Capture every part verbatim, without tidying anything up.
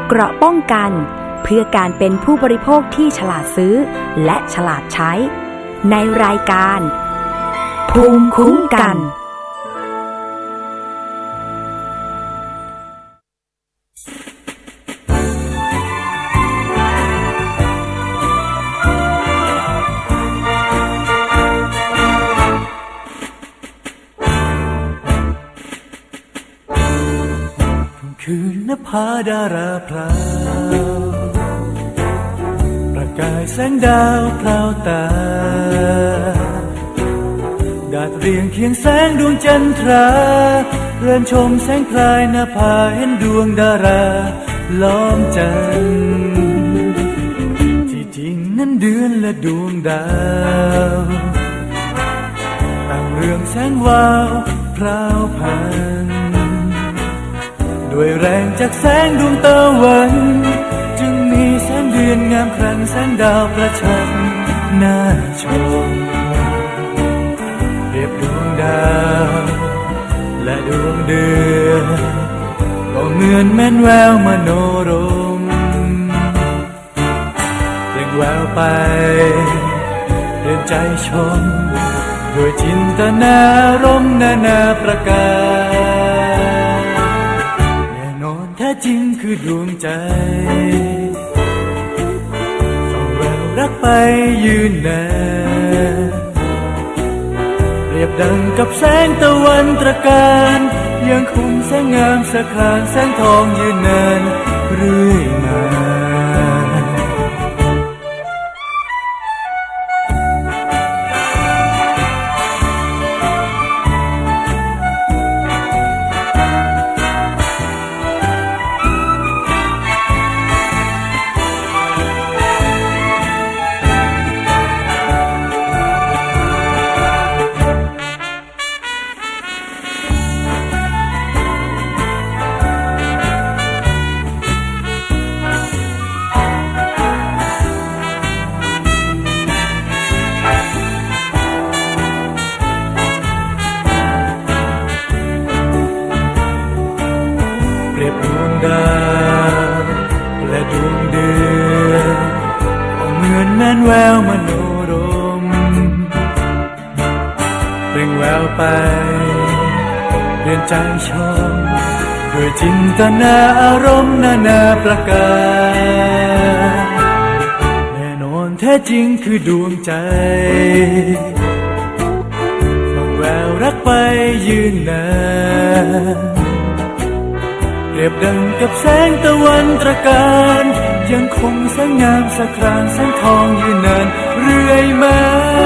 เกราะป้องกันเพื่อการเป็นผู้บริโภคที่ฉลาดซื้อและฉลาดใช้ในรายการภูมิคุ้มกันคืนนภาดาราพราวประกายแสงดาวพราวตาดาดเรียงเคียงแสงดวงจันทราเรือนชมแสงพลายนภาเห็นดวงดาราล้อมจันทร์ที่จริงนั้นเดือนและดวงดาวต่างเรืองแสงวาวพราวพันด้วยแรงจากแสงดวงตะวันจึงมีแสงเดือนงามครั้งแสงดาวประชันน่าชมเปรียบดวงดาวและดวงเดือนก็เหมือนแม่นแววมโนรมเปล่งแววไปเดินใจชมด้วยจินตนารมณ์นานาประการแท้จริงคือดวงใจส่องแววรักไปยืนนานเปรียบดังกับแสงตะวันตระการยังคงแสงงามสะขานแสงทองยืนนานเรื่อยมาแววมโนรมเปล่งแววไปเรียนใจชมด้วยจินตนาอารมณ์นานาประการแน่นอนแท้จริงคือดวงใจส่องแววรักไปยืนนานเปรียบดังกับแสงตะวันตระการยังคงแสงงามสะครานแสงทองยืนนานเรื่อยมา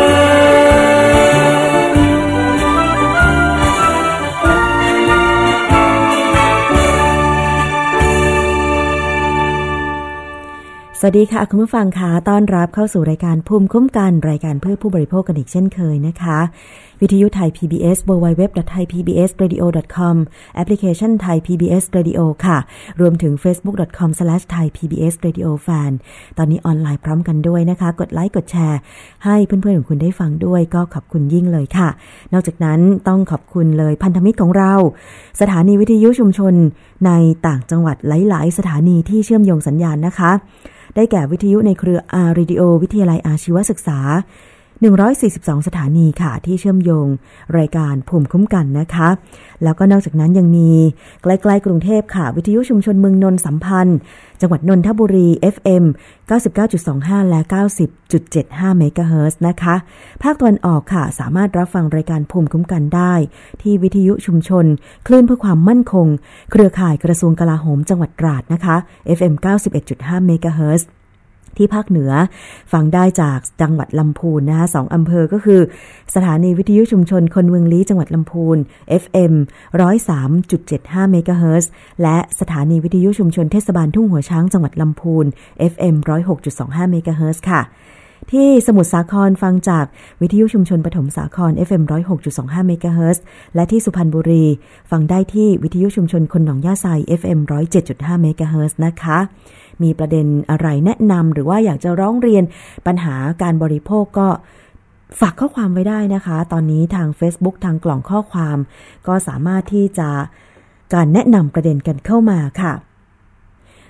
สวัสดีค่ะคุณผู้ฟังค่ะต้อนรับเข้าสู่รายการภูมิคุ้มกันรายการเพื่อผู้บริโภคกันอีกเช่นเคยนะคะวิทยุไทย พี บี เอส ดับเบิลยู ดับเบิลยู ดับเบิลยู ดอท ไทย พี บี เอส เรดิโอ ดอท คอม แอปพลิเคชัน Thai พี บี เอส Radio ค่ะรวมถึง เฟซบุ๊ก ดอท คอม สแลช ไทย พี บี เอส เรดิโอ แฟน ตอนนี้ออนไลน์พร้อมกันด้วยนะคะกดไลค์กดแชร์ให้เพื่อนๆของคุณได้ฟังด้วยก็ขอบคุณยิ่งเลยค่ะนอกจากนั้นต้องขอบคุณเลยพันธมิตรของเราสถานีวิทยุชุมชนในต่างจังหวัดหลายๆสถานีที่เชื่อมโยงสัญญาณนะคะได้แก่วิทยุในเครือ อาร์ Radio วิทยาลัยอาชีวศึกษาหนึ่งร้อยสี่สิบสองสถานีค่ะที่เชื่อมโยงรายการภูมิคุ้มกันนะคะแล้วก็นอกจากนั้นยังมีใกล้ๆกรุงเทพค่ะวิทยุชุมชนเมืองนนท์สัมพันธ์จังหวัดนนทบุรี เอฟ เอ็ม เก้าสิบเก้าจุดสองห้า และ เก้าสิบจุดเจ็ดห้า เมกะเฮิรตซ์นะคะภาคตะวันออกค่ะสามารถรับฟังรายการภูมิคุ้มกันได้ที่วิทยุชุมชนคลื่นเพื่อความมั่นคงเครือข่ายกระทรวงกลาโหมจังหวัดตราดนะคะ เอฟ เอ็ม เก้าสิบเอ็ดจุดห้า เมกะเฮิรตซ์ที่ภาคเหนือฟังได้จากจังหวัดลำพูนนะคะสองอำเภอก็คือสถานีวิทยุชุมชนคนเมืองลี้จังหวัดลำพูน เอฟ เอ็ม หนึ่งร้อยสามจุดเจ็ดห้า เมกะเฮิรตซ์และสถานีวิทยุชุมชนเทศบาลทุ่งหัวช้างจังหวัดลำพูน เอฟ เอ็ม หนึ่งร้อยหกจุดสองห้า เมกะเฮิรตซ์ค่ะที่สมุทรสาครฟังจากวิทยุชุมชนปฐมสาคร เอฟ เอ็ม หนึ่งร้อยหกจุดสองห้า เมกะเฮิรตซ์และที่สุพรรณบุรีฟังได้ที่วิทยุชุมชนคนหนองย่าไซ เอฟ เอ็ม หนึ่งร้อยเจ็ดจุดห้า เมกะเฮิรตซ์นะคะมีประเด็นอะไรแนะนำหรือว่าอยากจะร้องเรียนปัญหาการบริโภคก็ฝากข้อความไว้ได้นะคะตอนนี้ทาง Facebook ทางกล่องข้อความก็สามารถที่จะการแนะนำประเด็นกันเข้ามาค่ะ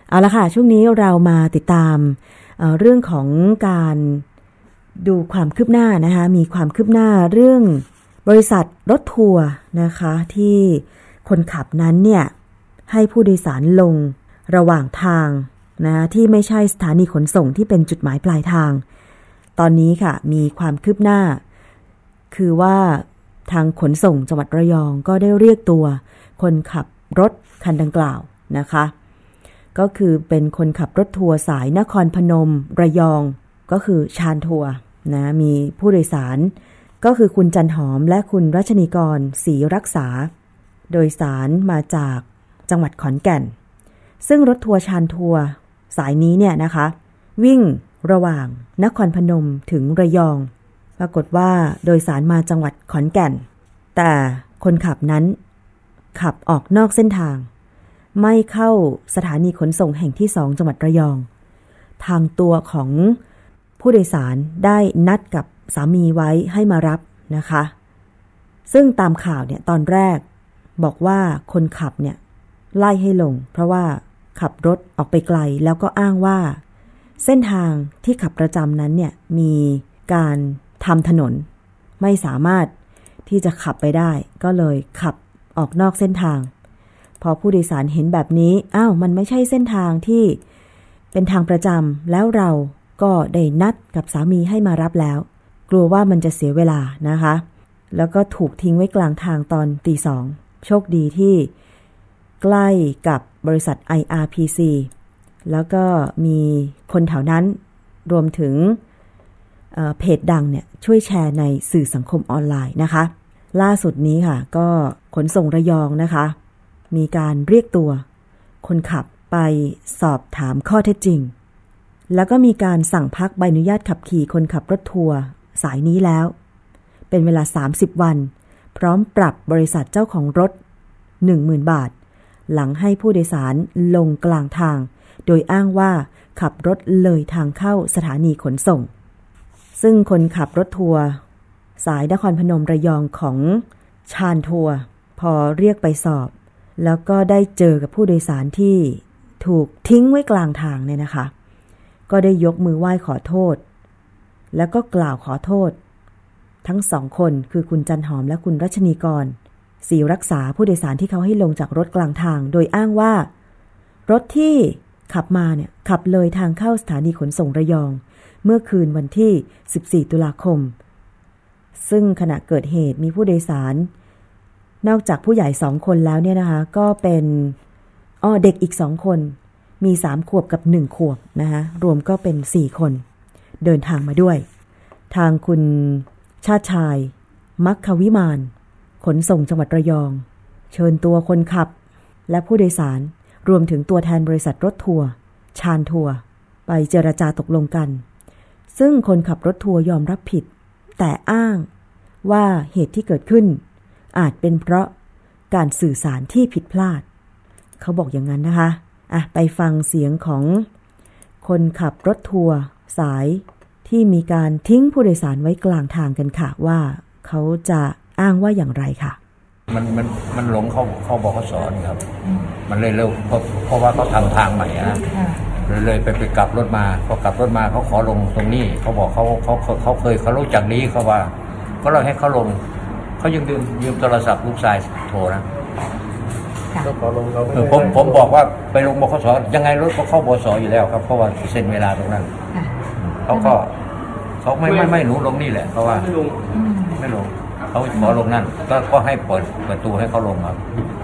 เอาละค่ะช่วงนี้เรามาติดตาม เอ่อ เรื่องของการดูความคืบหน้านะคะมีความคืบหน้าเรื่องบริษัทรถทัวร์นะคะที่คนขับนั้นเนี่ยให้ผู้โดยสารลงระหว่างทางนะที่ไม่ใช่สถานีขนส่งที่เป็นจุดหมายปลายทางตอนนี้ค่ะมีความคืบหน้าคือว่าทางขนส่งจังหวัดระยองก็ได้เรียกตัวคนขับรถคันดังกล่าวนะคะก็คือเป็นคนขับรถทัวร์สายนครพนมระยองก็คือชานทัวร์นะมีผู้โดยสารก็คือคุณจันหอมและคุณรัชนีกรศรีรักษาโดยสารมาจากจังหวัดขอนแก่นซึ่งรถทัวร์ชานทัวร์สายนี้เนี่ยนะคะวิ่งระหว่างนครพนมถึงระยองปรากฏว่าโดยสารมาจังหวัดขอนแก่นแต่คนขับนั้นขับออกนอกเส้นทางไม่เข้าสถานีขนส่งแห่งที่สองจังหวัดระยองทางตัวของผู้โดยสารได้นัดกับสามีไว้ให้มารับนะคะซึ่งตามข่าวเนี่ยตอนแรกบอกว่าคนขับเนี่ยไล่ให้ลงเพราะว่าขับรถออกไปไกลแล้วก็อ้างว่าเส้นทางที่ขับประจำนั้นเนี่ยมีการทำถนนไม่สามารถที่จะขับไปได้ก็เลยขับออกนอกเส้นทางพอผู้โดยสารเห็นแบบนี้อ้าวมันไม่ใช่เส้นทางที่เป็นทางประจำแล้วเราก็ได้นัดกับสามีให้มารับแล้วกลัวว่ามันจะเสียเวลานะคะแล้วก็ถูกทิ้งไว้กลางทางตอนตีสองโชคดีที่ใกล้กับบริษัท ไอ อาร์ พี ซี แล้วก็มีคนแถวนั้นรวมถึงเอ่อเพจดังเนี่ยช่วยแชร์ในสื่อสังคมออนไลน์นะคะล่าสุดนี้ค่ะก็ขนส่งระยองนะคะมีการเรียกตัวคนขับไปสอบถามข้อเท็จจริงแล้วก็มีการสั่งพักใบอนุญาตขับขี่คนขับรถทัวร์สายนี้แล้วเป็นเวลาสามสิบวันพร้อมปรับบริษัทเจ้าของรถ หนึ่งหมื่น บาทหลังให้ผู้โดยสารลงกลางทางโดยอ้างว่าขับรถเลยทางเข้าสถานีขนส่งซึ่งคนขับรถทัวร์สายนครพนมระยองของชานทัวร์พอเรียกไปสอบแล้วก็ได้เจอกับผู้โดยสารที่ถูกทิ้งไว้กลางทางเนี่ยนะคะก็ได้ยกมือไหว้ขอโทษแล้วก็กล่าวขอโทษทั้งสองคนคือคุณจันหอมและคุณรัชนีกรศรีรักษาผู้โดยสารที่เขาให้ลงจากรถกลางทางโดยอ้างว่ารถที่ขับมาเนี่ยขับเลยทางเข้าสถานีขนส่งระยองเมื่อคืนวันที่สิบสี่ตุลาคมซึ่งขณะเกิดเหตุมีผู้โดยสารนอกจากผู้ใหญ่สองคนแล้วเนี่ยนะคะก็เป็นอ้อเด็กอีกสองคนมีสามขวบกับหนึ่งขวบนะคะรวมก็เป็นสี่คนเดินทางมาด้วยทางคุณชาติชายมัคควิมานขนส่งจังหวัดระยองเชิญตัวคนขับและผู้โดยสารรวมถึงตัวแทนบริษัทรถทัวร์ชานทัวร์ไปเจรจาตกลงกันซึ่งคนขับรถทัวร์ยอมรับผิดแต่อ้างว่าเหตุที่เกิดขึ้นอาจเป็นเพราะการสื่อสารที่ผิดพลาดเขาบอกอย่างนั้นนะคะอ่ะไปฟังเสียงของคนขับรถทัวร์สายที่มีการทิ้งผู้โดยสารไว้กลางทางกันค่ะว่าเขาจะอ้างว่าอย่างไรค่ะมันมันมันหลงเข้าเข้าบขสนี่ครับมันเลยเร็วเพราะเพราะว่าเขาทำทางใหม่นะเลยเลยไปไปกลับรถมาพอกลับรถมาเขาขอลงตรงนี้เขาบอกเขาเขาเขาเคยเขารู้จักนี้เขาว่าก็เราให้เขาลงเขายังยืมยืมโทรศัพท์ลูกชายโทรนะก็ขอลงเราผมผมบอกว่าไปลงบขสยังไงรถก็เข้าบขสอยู่แล้วครับเพราะว่าเซ็นเวลาตรงนั้นเขาก็เขาไม่ไม่ไม่หนูลงนี่แหละเพราะว่าไม่ลงไม่ลงเขาขอลงนั่นก็ก็ให้เปิดประตูให้เขาลงครับ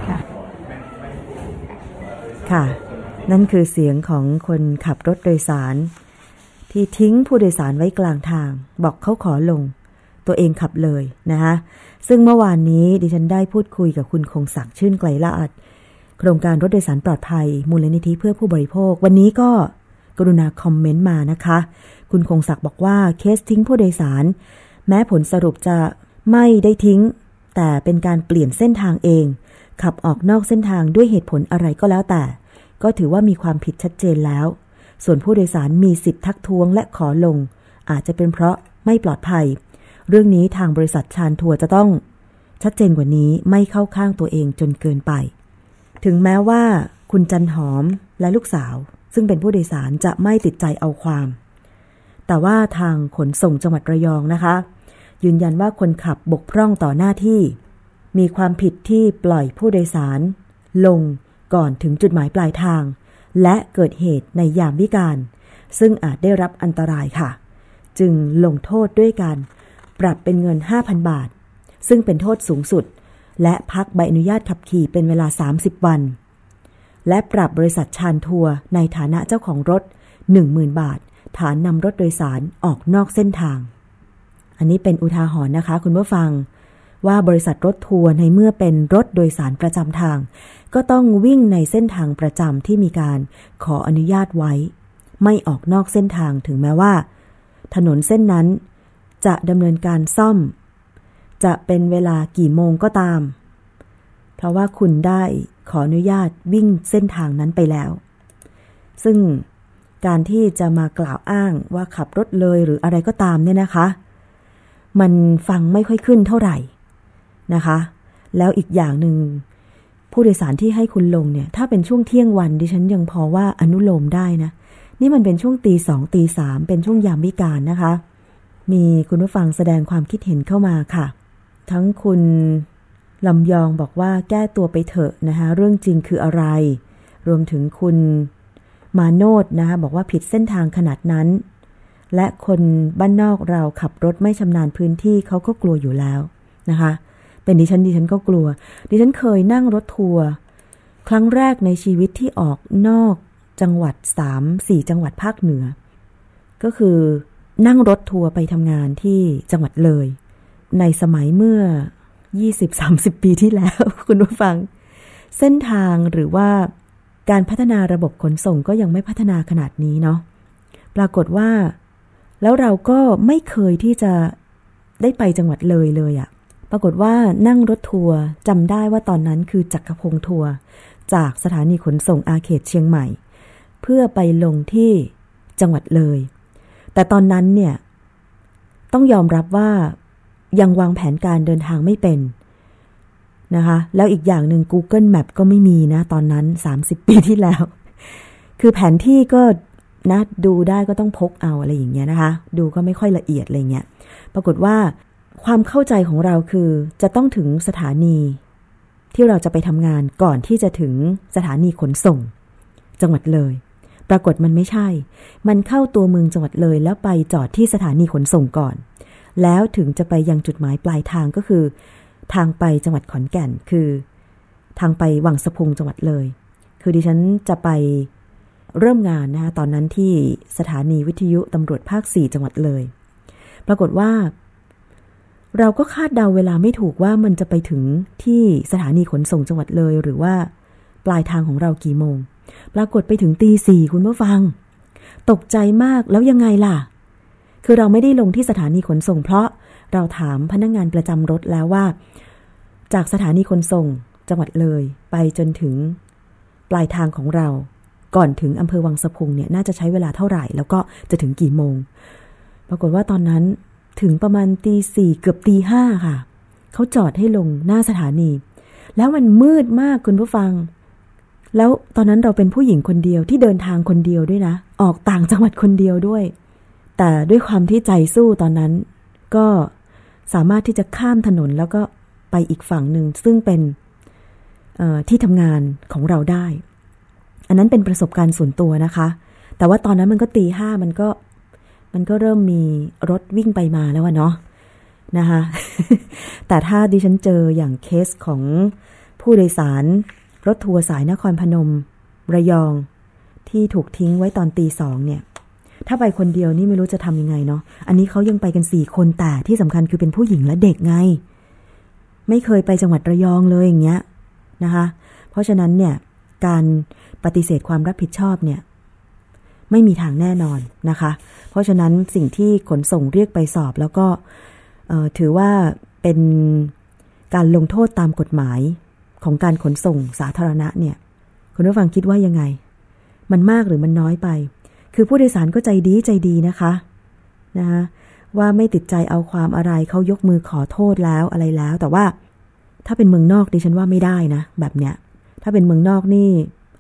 ค่ะนั่นคือเสียงของคนขับรถโดยสารที่ทิ้งผู้โดยสารไว้กลางทางบอกเขาขอลงตัวเองขับเลยนะคะซึ่งเมื่อวานนี้ดิฉันได้พูดคุยกับคุณคงศักดิ์ชื่นไกลลาภโครงการรถโดยสารปลอดภัยมูลนิธิเพื่อผู้บริโภควันนี้ก็กรุณาคอมเมนต์มานะคะคุณคงศักดิ์บอกว่าเคสทิ้งผู้โดยสารแม้ผลสรุปจะไม่ได้ทิ้งแต่เป็นการเปลี่ยนเส้นทางเองขับออกนอกเส้นทางด้วยเหตุผลอะไรก็แล้วแต่ก็ถือว่ามีความผิดชัดเจนแล้วส่วนผู้โดยสารมีสิทธิ์ทักท้วงและขอลงอาจจะเป็นเพราะไม่ปลอดภัยเรื่องนี้ทางบริษัทชานทัวร์จะต้องชัดเจนกว่านี้ไม่เข้าข้างตัวเองจนเกินไปถึงแม้ว่าคุณจันหอมและลูกสาวซึ่งเป็นผู้โดยสารจะไม่ติดใจเอาความแต่ว่าทางขนส่งจังหวัดระยองนะคะยืนยันว่าคนขับบกพร่องต่อหน้าที่มีความผิดที่ปล่อยผู้โดยสารลงก่อนถึงจุดหมายปลายทางและเกิดเหตุในยามวิกาลซึ่งอาจได้รับอันตรายค่ะจึงลงโทษด้วยการปรับเป็นเงิน ห้าพัน บาทซึ่งเป็นโทษสูงสุดและพักใบอนุญาตขับขี่เป็นเวลาสามสิบวันและปรับบริษัทชานทัวร์ในฐานะเจ้าของรถ หนึ่งหมื่น บาทฐานนำรถโดยสารออกนอกเส้นทางอันนี้เป็นอุทาหรณ์นะคะคุณผู้ฟังว่าบริษัทรถทัวร์ในเมื่อเป็นรถโดยสารประจำทางก็ต้องวิ่งในเส้นทางประจำที่มีการขออนุญาตไว้ไม่ออกนอกเส้นทางถึงแม้ว่าถนนเส้นนั้นจะดำเนินการซ่อมจะเป็นเวลากี่โมงก็ตามเพราะว่าคุณได้ขออนุญาตวิ่งเส้นทางนั้นไปแล้วซึ่งการที่จะมากล่าวอ้างว่าขับรถเลยหรืออะไรก็ตามเนี่ยนะคะมันฟังไม่ค่อยขึ้นเท่าไหร่นะคะแล้วอีกอย่างหนึ่งผู้โดยสารที่ให้คุณลงเนี่ยถ้าเป็นช่วงเที่ยงวันดิฉันยังพอว่าอนุโลมได้นะนี่มันเป็นช่วงตีสองตีสามเป็นช่วงยามวิกาลนะคะมีคุณผู้ฟังแสดงความคิดเห็นเข้ามาค่ะทั้งคุณลำยองบอกว่าแก้ตัวไปเถอะนะคะเรื่องจริงคืออะไรรวมถึงคุณมาโนดนะคะบอกว่าผิดเส้นทางขนาดนั้นและคนบ้านนอกเราขับรถไม่ชำนาญพื้นที่เขาก็กลัวอยู่แล้วนะคะเป็นดิฉันดิฉันก็กลัวดิฉันเคยนั่งรถทัวร์ครั้งแรกในชีวิตที่ออกนอกจังหวัด สามถึงสี่ จังหวัดภาคเหนือก็คือนั่งรถทัวร์ไปทำงานที่จังหวัดเลยในสมัยเมื่อ ยี่สิบถึงสามสิบ ปีที่แล้วคุณผู้ฟังเส้นทางหรือว่าการพัฒนาระบบขนส่งก็ยังไม่พัฒนาขนาดนี้เนาะปรากฏว่าแล้วเราก็ไม่เคยที่จะได้ไปจังหวัดเลยเลยอะปรากฏว่านั่งรถทัวร์จำได้ว่าตอนนั้นคือจักรพงศ์ทัวร์จากสถานีขนส่งอาเขตเชียงใหม่เพื่อไปลงที่จังหวัดเลยแต่ตอนนั้นเนี่ยต้องยอมรับว่ายังวางแผนการเดินทางไม่เป็นนะคะแล้วอีกอย่างหนึ่ง Google Map ก็ไม่มีนะตอนนั้นสามสิบปีที่แล้วคือแผนที่ก็นะดูได้ก็ต้องพกเอาอะไรอย่างเงี้ยนะคะดูก็ไม่ค่อยละเอียดอะไรเงี้ยปรากฏว่าความเข้าใจของเราคือจะต้องถึงสถานีที่เราจะไปทำงานก่อนที่จะถึงสถานีขนส่งจังหวัดเลยปรากฏมันไม่ใช่มันเข้าตัวเมืองจังหวัดเลยแล้วไปจอดที่สถานีขนส่งก่อนแล้วถึงจะไปยังจุดหมายปลายทางก็คือทางไปจังหวัดขอนแก่นคือทางไปวังสะพุงจังหวัดเลยคือดิฉันจะไปเริ่มงานนะคะตอนนั้นที่สถานีวิทยุตำรวจภาคสี่จังหวัดเลยปรากฏว่าเราก็คาดเดาเวลาไม่ถูกว่ามันจะไปถึงที่สถานีขนส่งจังหวัดเลยหรือว่าปลายทางของเรากี่โมงปรากฏไปถึงตีสี่คุณผู้ฟังตกใจมากแล้วยังไงล่ะคือเราไม่ได้ลงที่สถานีขนส่งเพราะเราถามพนักงานประจำรถแล้วว่าจากสถานีขนส่งจังหวัดเลยไปจนถึงปลายทางของเราก่อนถึงอำเภอวังสะพุงเนี่ยน่าจะใช้เวลาเท่าไหร่แล้วก็จะถึงกี่โมงปรากฏว่าตอนนั้นถึงประมาณตีสี่เกือบตีห้าค่ะเขาจอดให้ลงหน้าสถานีแล้วมันมืดมากคุณผู้ฟังแล้วตอนนั้นเราเป็นผู้หญิงคนเดียวที่เดินทางคนเดียวด้วยนะออกต่างจังหวัดคนเดียวด้วยแต่ด้วยความที่ใจสู้ตอนนั้นก็สามารถที่จะข้ามถนนแล้วก็ไปอีกฝั่งหนึ่งซึ่งเป็นที่ทำงานของเราได้อันนั้นเป็นประสบการณ์ส่วนตัวนะคะแต่ว่าตอนนั้นมันก็ตีห้ามันก็มันก็เริ่มมีรถวิ่งไปมาแล้วเนาะนะคะ แต่ถ้าดิฉันเจออย่างเคสของผู้โดยสารรถทัวร์สายนครพนมระยองที่ถูกทิ้งไว้ตอนตีสองเนี่ยถ้าไปคนเดียวนี่ไม่รู้จะทำยังไงเนาะอันนี้เขายังไปกันสี่คนแต่ที่สำคัญคือเป็นผู้หญิงและเด็กไงไม่เคยไปจังหวัดระยองเลยอย่างเงี้ยนะคะเพราะฉะนั้นเนี่ยการปฏิเสธความรับผิดชอบเนี่ยไม่มีทางแน่นอนนะคะเพราะฉะนั้นสิ่งที่ขนส่งเรียกไปสอบแล้วก็ถือว่าเป็นการลงโทษตามกฎหมายของการขนส่งสาธารณะเนี่ยคุณผู้ฟังคิดว่ายังไงมันมากหรือมันน้อยไปคือผู้โดยสารก็ใจดีใจดีนะคะนะคะว่าไม่ติดใจเอาความอะไรเขายกมือขอโทษแล้วอะไรแล้วแต่ว่าถ้าเป็นเมืองนอกดิฉันว่าไม่ได้นะแบบเนี้ยถ้าเป็นเมืองนอกนี่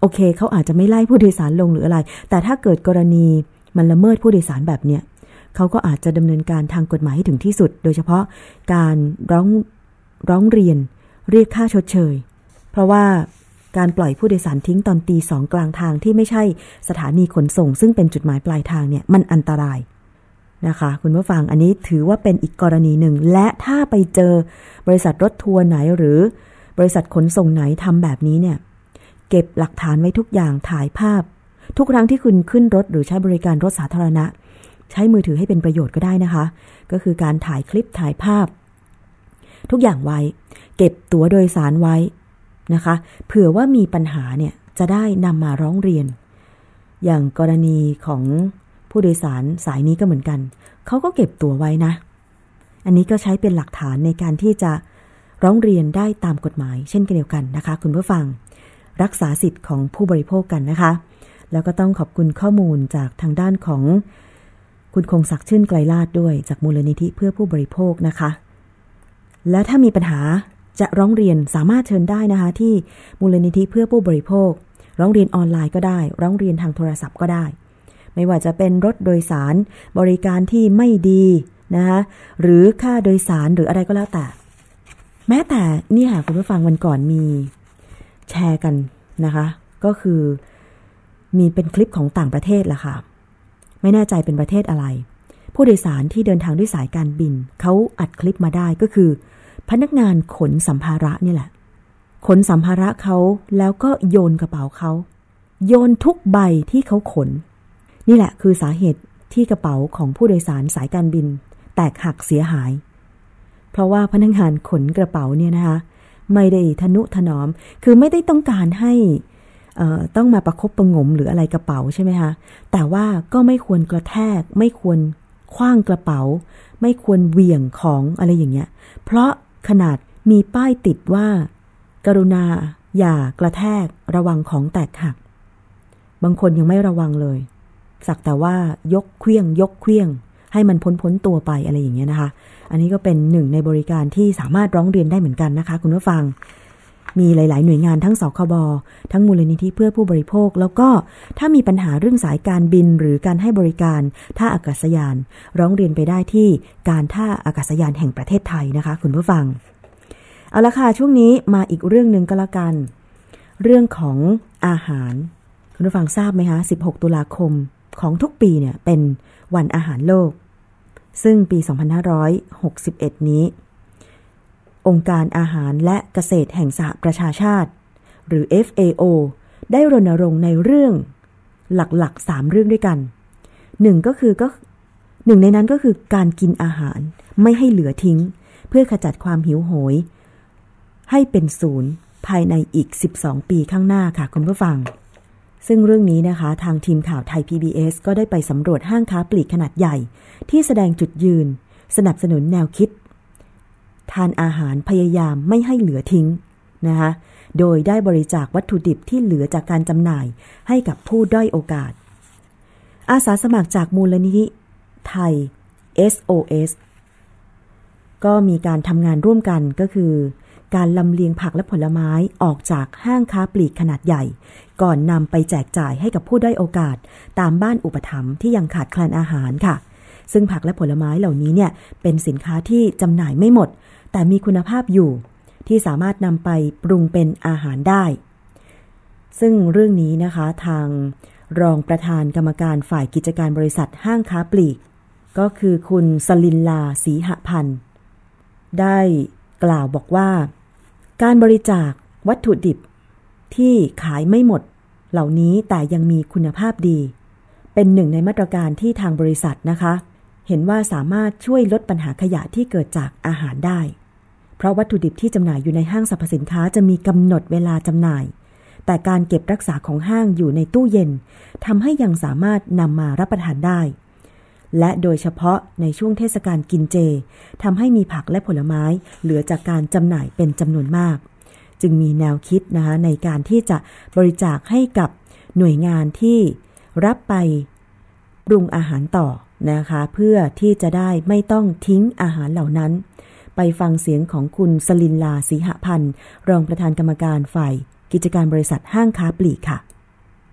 โอเคเขาอาจจะไม่ไล่ผู้โดยสารลงหรืออะไรแต่ถ้าเกิดกรณีมันละเมิดผู้โดยสารแบบเนี้ยเขาก็อาจจะดำเนินการทางกฎหมายให้ถึงที่สุดโดยเฉพาะการร้องร้องเรียนเรียกค่าชดเชยเพราะว่าการปล่อยผู้โดยสารทิ้งตอนตีสองกลางทางที่ไม่ใช่สถานีขนส่งซึ่งเป็นจุดหมายปลายทางเนี่ยมันอันตรายนะคะคุณผู้ฟังอันนี้ถือว่าเป็นอีกกรณีหนึ่งและถ้าไปเจอบริษัทรถทัวร์ไหนหรือบริษัทขนส่งไหนทำแบบนี้เนี่ยเก็บหลักฐานไว้ทุกอย่างถ่ายภาพทุกครั้งที่คุณขึ้นรถหรือใช้บริการรถสาธารณะใช้มือถือให้เป็นประโยชน์ก็ได้นะคะก็คือการถ่ายคลิปถ่ายภาพทุกอย่างไว้เก็บตั๋วโดยสารไว้นะคะเผื่อว่ามีปัญหาเนี่ยจะได้นำมาร้องเรียนอย่างกรณีของผู้โดยสารสายนี้ก็เหมือนกันเขาก็เก็บตั๋วไว้นะอันนี้ก็ใช้เป็นหลักฐานในการที่จะร้องเรียนได้ตามกฎหมายเช่นเดียวกันนะคะคุณผู้ฟังรักษาสิทธิ์ของผู้บริโภคกันนะคะแล้วก็ต้องขอบคุณข้อมูลจากทางด้านของคุณคงศักดิ์ชื่นไกลลาภด้วยจากมูลนิธิเพื่อผู้บริโภคนะคะและถ้ามีปัญหาจะร้องเรียนสามารถเชิญได้นะคะที่มูลนิธิเพื่อผู้บริโภคร้องเรียนออนไลน์ก็ได้ร้องเรียนทางโทรศัพท์ก็ได้ไม่ว่าจะเป็นรถโดยสารบริการที่ไม่ดีนะคะหรือค่าโดยสารหรืออะไรก็แล้วแต่แม้แต่นี่ค่ะคุณผู้ฟังวันก่อนมีแชร์กันนะคะก็คือมีเป็นคลิปของต่างประเทศล่ะค่ะไม่แน่ใจเป็นประเทศอะไรผู้โดยสารที่เดินทางด้วยสายการบินเขาอัดคลิปมาได้ก็คือพนักงานขนสัมภาระนี่แหละขนสัมภาระเขาแล้วก็โยนกระเป๋าเขาโยนทุกใบที่เขาขนนี่แหละคือสาเหตุที่กระเป๋าของผู้โดยสารสายการบินแตกหักเสียหายเพราะว่าพนักงานขนกระเป๋าเนี่ยนะคะไม่ได้ทนุถนอมคือไม่ได้ต้องการให้ต้องมาประคบประงมหรืออะไรกระเป๋าใช่ไหมคะแต่ว่าก็ไม่ควรกระแทกไม่ควรขว้างกระเป๋าไม่ควรเหวี่ยงของอะไรอย่างเงี้ยเพราะขนาดมีป้ายติดว่ากรุณาอย่ากระแทกระวังของแตกหักบางคนยังไม่ระวังเลยสักแต่ว่ายกเครื่องยกเครื่องให้มันพ้นพ้นตัวไปอะไรอย่างเงี้ยนะคะอันนี้ก็เป็นหนึ่งในบริการที่สามารถร้องเรียนได้เหมือนกันนะคะคุณผู้ฟังมีหลายๆหน่วยงานทั้งสคบทั้งมูลนิธิเพื่อผู้บริโภคแล้วก็ถ้ามีปัญหาเรื่องสายการบินหรือการให้บริการท่าอากาศยานร้องเรียนไปได้ที่การท่าอากาศยานแห่งประเทศไทยนะคะคุณผู้ฟังเอาละค่ะช่วงนี้มาอีกเรื่องนึงก็แล้วกันเรื่องของอาหารคุณผู้ฟังทราบไหมคะสิบหกตุลาคมของทุกปีเนี่ยเป็นวันอาหารโลกซึ่งปีสองพันห้าร้อยหกสิบเอ็ดนี้องค์การอาหารและเกษตรแห่งสหประชาชาติหรือ เอฟ เอ โอ ได้รณรงค์ในเรื่องหลักๆสามเรื่องด้วยกันหนึ่งก็คือก็หนึ่งในนั้นก็คือการกินอาหารไม่ให้เหลือทิ้งเพื่อขจัดความหิวโหยให้เป็นศูนย์ภายในอีกสิบสองปีข้างหน้าค่ะคุณผู้ฟังซึ่งเรื่องนี้นะคะทางทีมข่าวไทย พี บี เอส ก็ได้ไปสำรวจห้างค้าปลีกขนาดใหญ่ที่แสดงจุดยืนสนับสนุนแนวคิดทานอาหารพยายามไม่ให้เหลือทิ้งนะคะโดยได้บริจาควัตถุดิบที่เหลือจากการจำหน่ายให้กับผู้ด้อยโอกาสอาสาสมัครจากมูลนิธิไทย เอส โอ เอส ก็มีการทำงานร่วมกันก็คือการลำเลียงผักและผลไม้ออกจากห้างค้าปลีกขนาดใหญ่ก่อนนำไปแจกจ่ายให้กับผู้ด้อยโอกาสตามบ้านอุปถัมภ์ที่ยังขาดแคลนอาหารค่ะซึ่งผักและผลไม้เหล่านี้เนี่ยเป็นสินค้าที่จำหน่ายไม่หมดแต่มีคุณภาพอยู่ที่สามารถนำไปปรุงเป็นอาหารได้ซึ่งเรื่องนี้นะคะทางรองประธานกรรมการฝ่ายกิจการบริษัทห้างค้าปลีกก็คือคุณสลินลาศรีหพันธ์ได้กล่าวบอกว่าการบริจาควัตถุดิบที่ขายไม่หมดเหล่านี้แต่ยังมีคุณภาพดีเป็นหนึ่งในมาตรการที่ทางบริษัทนะคะเห็นว่าสามารถช่วยลดปัญหาขยะที่เกิดจากอาหารได้เพราะวัตถุดิบที่จำหน่ายอยู่ในห้างสรรพสินค้าจะมีกำหนดเวลาจำหน่ายแต่การเก็บรักษาของห้างอยู่ในตู้เย็นทำให้ยังสามารถนำมารับประทานได้และโดยเฉพาะในช่วงเทศกาลกินเจทำให้มีผักและผลไม้เหลือจากการจำหน่ายเป็นจำนวนมากจึงมีแนวคิดนะคะในการที่จะบริจาคให้กับหน่วยงานที่รับไปปรุงอาหารต่อนะคะเพื่อที่จะได้ไม่ต้องทิ้งอาหารเหล่านั้นไปฟังเสียงของคุณสลินลาศรีหพันธ์รองประธานกรรมการฝ่ายกิจการบริษัทห้างค้าปลีกค่ะ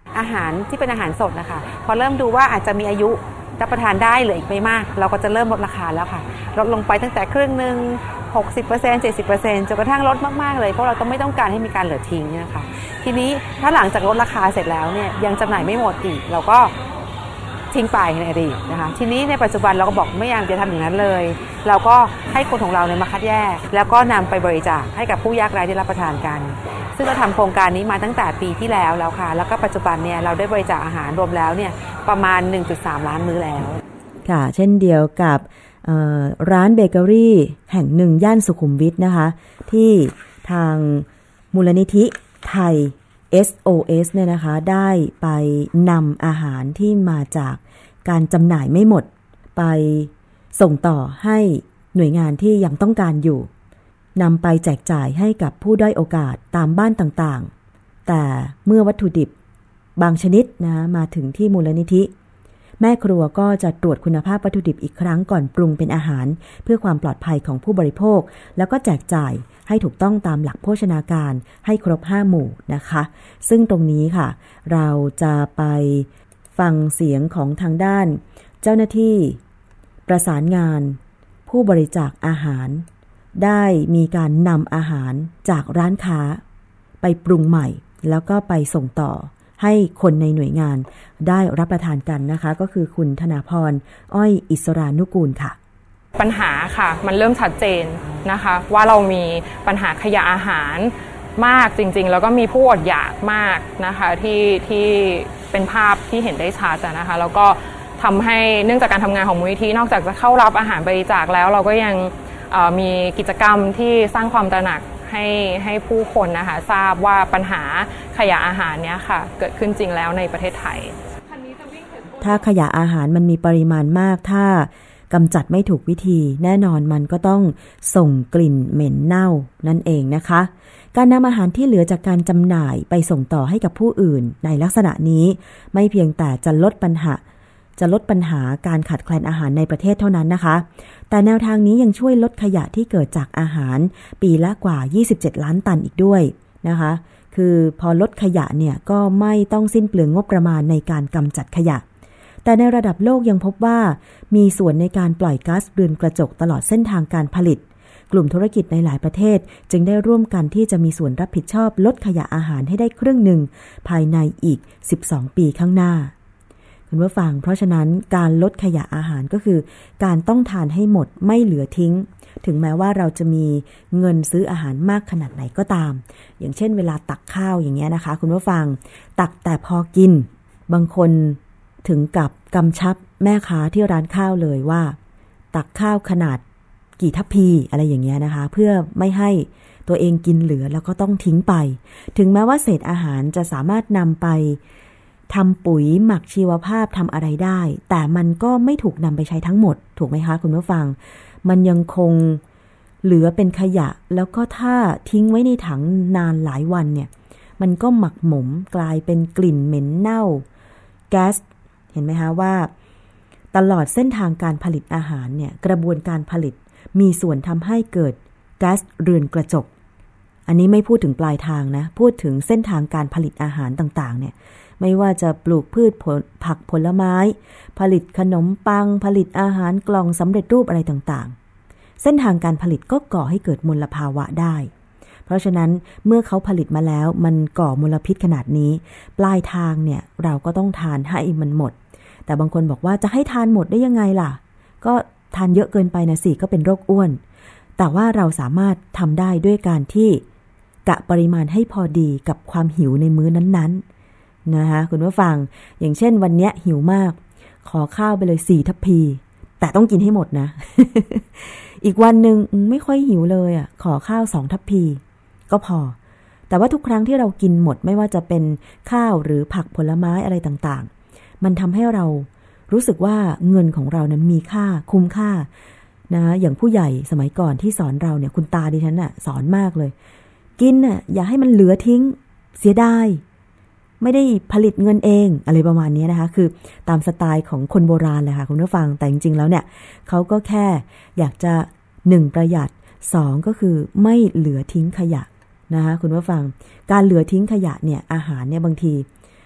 อาหารที่เป็นอาหารสดนะคะพอเริ่มดูว่าอาจจะมีอายุรับประทานได้เหลืออีกไม่มากเราก็จะเริ่มลดราคาแล้วค่ะลดลงไปตั้งแต่ครึ่งนึง หกสิบเปอร์เซ็นต์ เจ็ดสิบเปอร์เซ็นต์ จนกระทั่งลดมากๆเลยเพราะเราต้องไม่ต้องการให้มีการเหลือทิ้งนะคะทีนี้ถ้าหลังจากลดราคาเสร็จแล้วเนี่ยยังจำหน่ายไม่หมดอีกเราก็ทิ้งไปในอดีตนะคะทีนี้ในปัจจุบันเราก็บอกไม่อยากจะทำอย่างนั้นเลยเราก็ให้คนของเราเนี่ยมาคัดแยกแล้วก็นำไปบริจาคให้กับผู้ยากไร้ได้รับประทานกันซึ่งเราทำโครงการนี้มาตั้งแต่ปีที่แล้วแล้วค่ะแล้วก็ปัจจุบันเนี่ยเราได้บริจาคอาหารรวมแล้วเนี่ยประมาณ หนึ่งจุดสาม ล้านมื้อแล้วค่ะเช่นเดียวกับร้านเบเกอรี่แห่งหนึ่งย่านสุขุมวิทนะคะที่ทางมูลนิธิไทย เอส โอ เอส เนี่ยนะคะได้ไปนำอาหารที่มาจากการจำหน่ายไม่หมดไปส่งต่อให้หน่วยงานที่ยังต้องการอยู่นำไปแจกจ่ายให้กับผู้ด้อยโอกาสตามบ้านต่างๆแต่เมื่อวัตถุดิบบางชนิดนะมาถึงที่มูลนิธิแม่ครัวก็จะตรวจคุณภาพวัตถุดิบอีกครั้งก่อนปรุงเป็นอาหารเพื่อความปลอดภัยของผู้บริโภคแล้วก็แจกจ่ายให้ถูกต้องตามหลักโภชนาการให้ครบห้าหมู่นะคะซึ่งตรงนี้ค่ะเราจะไปฟังเสียงของทางด้านเจ้าหน้าที่ประสานงานผู้บริจาคอาหารได้มีการนำอาหารจากร้านค้าไปปรุงใหม่แล้วก็ไปส่งต่อให้คนในหน่วยงานได้รับประทานกันนะคะก็คือคุณธนาพรอ้อยอิสรานุกูลค่ะปัญหาค่ะมันเริ่มชัดเจนนะคะว่าเรามีปัญหาขยะอาหารมากจริงๆแล้วก็มีผู้อดอยากมากนะคะที่ที่เป็นภาพที่เห็นได้ชัดนะคะแล้วก็ทำให้เนื่องจากการทำงานของมูลนิธินอกจากจะเข้ารับอาหารบริจาคแล้วเราก็ยังมีกิจกรรมที่สร้างความตระหนักให้ให้ผู้คนนะคะทราบว่าปัญหาขยะอาหารเนี้ยค่ะเกิดขึ้นจริงแล้วในประเทศไทยถ้าขยะอาหารมันมีปริมาณมากถ้ากำจัดไม่ถูกวิธีแน่นอนมันก็ต้องส่งกลิ่นเหม็นเน่านั่นเองนะคะการนำอาหารที่เหลือจากการจำหน่ายไปส่งต่อให้กับผู้อื่นในลักษณะนี้ไม่เพียงแต่จะลดปัญหาจะลดปัญหาการขาดแคลนอาหารในประเทศเท่านั้นนะคะแต่แนวทางนี้ยังช่วยลดขยะที่เกิดจากอาหารปีละกว่ายี่สิบเจ็ดล้านตันอีกด้วยนะคะคือพอลดขยะเนี่ยก็ไม่ต้องสิ้นเปลืองงบประมาณในการกำจัดขยะแต่ในระดับโลกยังพบว่ามีส่วนในการปล่อยก๊าซเรือนกระจกตลอดเส้นทางการผลิตกลุ่มธุรกิจในหลายประเทศจึงได้ร่วมกันที่จะมีส่วนรับผิดชอบลดขยะอาหารให้ได้ครึ่งหนึ่งภายในอีกสิบสองปีข้างหน้าคุณผู้ฟังเพราะฉะนั้นการลดขยะอาหารก็คือการต้องทานให้หมดไม่เหลือทิ้งถึงแม้ว่าเราจะมีเงินซื้ออาหารมากขนาดไหนก็ตามอย่างเช่นเวลาตักข้าวอย่างเงี้ยนะคะคุณผู้ฟังตักแต่พอกินบางคนถึงกับกำชับแม่ค้าที่ร้านข้าวเลยว่าตักข้าวขนาดกี่ทัพพีอะไรอย่างเงี้ยนะคะเพื่อไม่ให้ตัวเองกินเหลือแล้วก็ต้องทิ้งไปถึงแม้ว่าเศษอาหารจะสามารถนำไปทำปุ๋ยหมักชีวภาพทำอะไรได้แต่มันก็ไม่ถูกนำไปใช้ทั้งหมดถูกไหมคะคุณผู้ฟังมันยังคงเหลือเป็นขยะแล้วก็ถ้าทิ้งไว้ในถังนานหลายวันเนี่ยมันก็หมักหมมกลายเป็นกลิ่นเหม็นเน่าแก๊สเห็นไหมคะว่าตลอดเส้นทางการผลิตอาหารเนี่ยกระบวนการผลิตมีส่วนทำให้เกิดแก๊สเรือนกระจกอันนี้ไม่พูดถึงปลายทางนะพูดถึงเส้นทางการผลิตอาหารต่างๆเนี่ยไม่ว่าจะปลูกพืชผักผลไม้ผลิตขนมปังผลิตอาหารกล่องสำเร็จรูปอะไรต่างๆเส้นทางการผลิตก็ก่อให้เกิดมลภาวะได้เพราะฉะนั้นเมื่อเขาผลิตมาแล้วมันก่อมลพิษขนาดนี้ปลายทางเนี่ยเราก็ต้องทานให้มันหมดแต่บางคนบอกว่าจะให้ทานหมดได้ยังไงล่ะก็ทานเยอะเกินไปนะสิก็เป็นโรคอ้วนแต่ว่าเราสามารถทำได้ด้วยการที่กะปริมาณให้พอดีกับความหิวในมื้อนั้นๆนะคะคุณผู้ฟังอย่างเช่นวันนี้หิวมากขอข้าวไปเลยสี่ทัพพีแต่ต้องกินให้หมดนะ อีกวันหนึ่งไม่ค่อยหิวเลยอ่ะขอข้าวสองทัพพีก็พอแต่ว่าทุกครั้งที่เรากินหมดไม่ว่าจะเป็นข้าวหรือผักผลไม้อะไรต่างๆมันทำให้เรารู้สึกว่าเงินของเรานั้นมีค่าคุ้มค่านะอย่างผู้ใหญ่สมัยก่อนที่สอนเราเนี่ยคุณตาดิฉันน่ะสอนมากเลยกินน่ะอย่าให้มันเหลือทิ้งเสียดายไม่ได้ผลิตเงินเองอะไรประมาณนี้นะคะคือตามสไตล์ของคนโบราณเลยค่ะคุณผู้ฟังแต่จริงๆแล้วเนี่ยเขาก็แค่อยากจะหนึ่งประหยัดสองก็คือไม่เหลือทิ้งขยะนะคะคุณผู้ฟังการเหลือทิ้งขยะเนี่ยอาหารเนี่ยบางที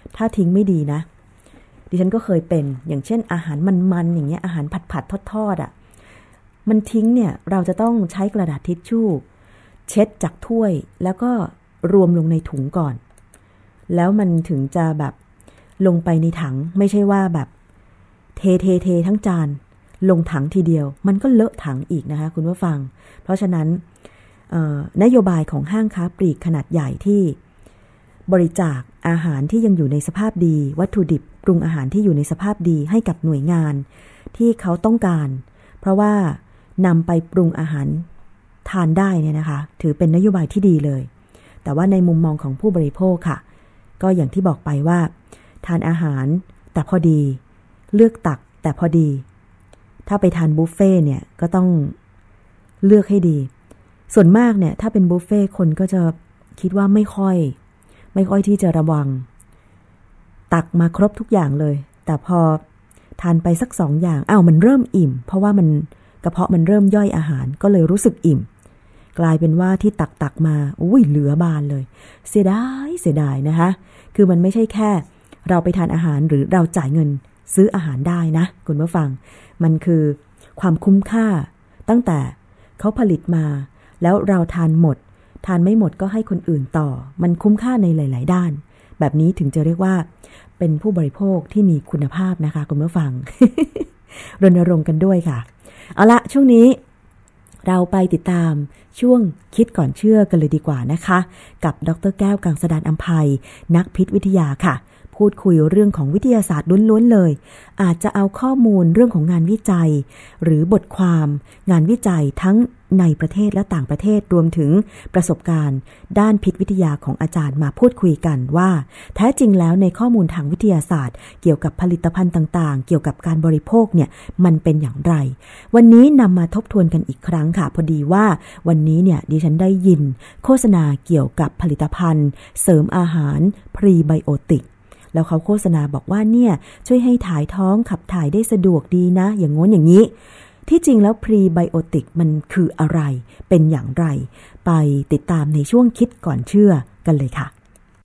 ถ้าทิ้งไม่ดีนะดิฉันก็เคยเป็นอย่างเช่นอาหารมันๆอย่างเงี้ยอาหารผัดๆทอดๆอ่ะมันทิ้งเนี่ยเราจะต้องใช้กระดาษทิชชู่เช็ดจากถ้วยแล้วก็รวมลงในถุงก่อนแล้วมันถึงจะแบบลงไปในถังไม่ใช่ว่าแบบเทเทเททั้งจานลงถังทีเดียวมันก็เลอะถังอีกนะคะคุณผู้ฟังเพราะฉะนั้นนโยบายของห้างค้าปลีกขนาดใหญ่ที่บริจาคอาหารที่ยังอยู่ในสภาพดีวัตถุดิบปรุงอาหารที่อยู่ในสภาพดีให้กับหน่วยงานที่เขาต้องการเพราะว่านำไปปรุงอาหารทานได้เนี่ยนะคะถือเป็นนโยบายที่ดีเลยแต่ว่าในมุมมองของผู้บริโภคค่ะก็อย่างที่บอกไปว่าทานอาหารแต่พอดีเลือกตักแต่พอดีถ้าไปทานบุฟเฟ่เนี่ยก็ต้องเลือกให้ดีส่วนมากเนี่ยถ้าเป็นบุฟเฟ่คนก็จะคิดว่าไม่ค่อยไม่ค่อยที่จะระวังตักมาครบทุกอย่างเลยแต่พอทานไปสักสองอย่างอ้าวมันเริ่มอิ่มเพราะว่ามันกระเพาะมันเริ่มย่อยอาหารก็เลยรู้สึกอิ่มกลายเป็นว่าที่ตักตักมาอุ้ยเหลือบานเลยเสียดายเสียดายนะคะคือมันไม่ใช่แค่เราไปทานอาหารหรือเราจ่ายเงินซื้ออาหารได้นะคุณผู้ฟังมันคือความคุ้มค่าตั้งแต่เขาผลิตมาแล้วเราทานหมดทานไม่หมดก็ให้คนอื่นต่อมันคุ้มค่าในหลายๆด้านแบบนี้ถึงจะเรียกว่าเป็นผู้บริโภคที่มีคุณภาพนะคะคุณผู้ฟัง รณรงค์กันด้วยค่ะเอาละช่วงนี้เราไปติดตามช่วงคิดก่อนเชื่อกันเลยดีกว่านะคะกับดร.แก้วกังสดาลอำไพนักพิษวิทยาค่ะพูดคุยเรื่องของวิทยาศาสตร์ล้วนๆเลยอาจจะเอาข้อมูลเรื่องของงานวิจัยหรือบทความงานวิจัยทั้งในประเทศและต่างประเทศรวมถึงประสบการณ์ด้านพิษวิทยาของอาจารย์มาพูดคุยกันว่าแท้จริงแล้วในข้อมูลทางวิทยาศาสตร์เกี่ยวกับผลิตภัณฑ์ต่างๆเกี่ยวกับการบริโภคเนี่ยมันเป็นอย่างไรวันนี้นำมาทบทวนกันอีกครั้งค่ะพอดีว่าวันนี้เนี่ยดิฉันได้ยินโฆษณาเกี่ยวกับผลิตภัณฑ์เสริมอาหารพรีไบโอติกแล้วเขาโฆษณาบอกว่าเนี่ยช่วยให้ถ่ายท้องขับถ่ายได้สะดวกดีนะอย่างโน้นอย่างนี้ที่จริงแล้วพรีไบโอติกมันคืออะไรเป็นอย่างไรไปติดตามในช่วงคิดก่อนเชื่อกันเลยค่ะ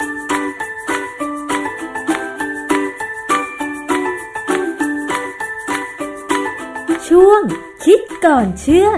ช่วงคิดก่อนเชื่อ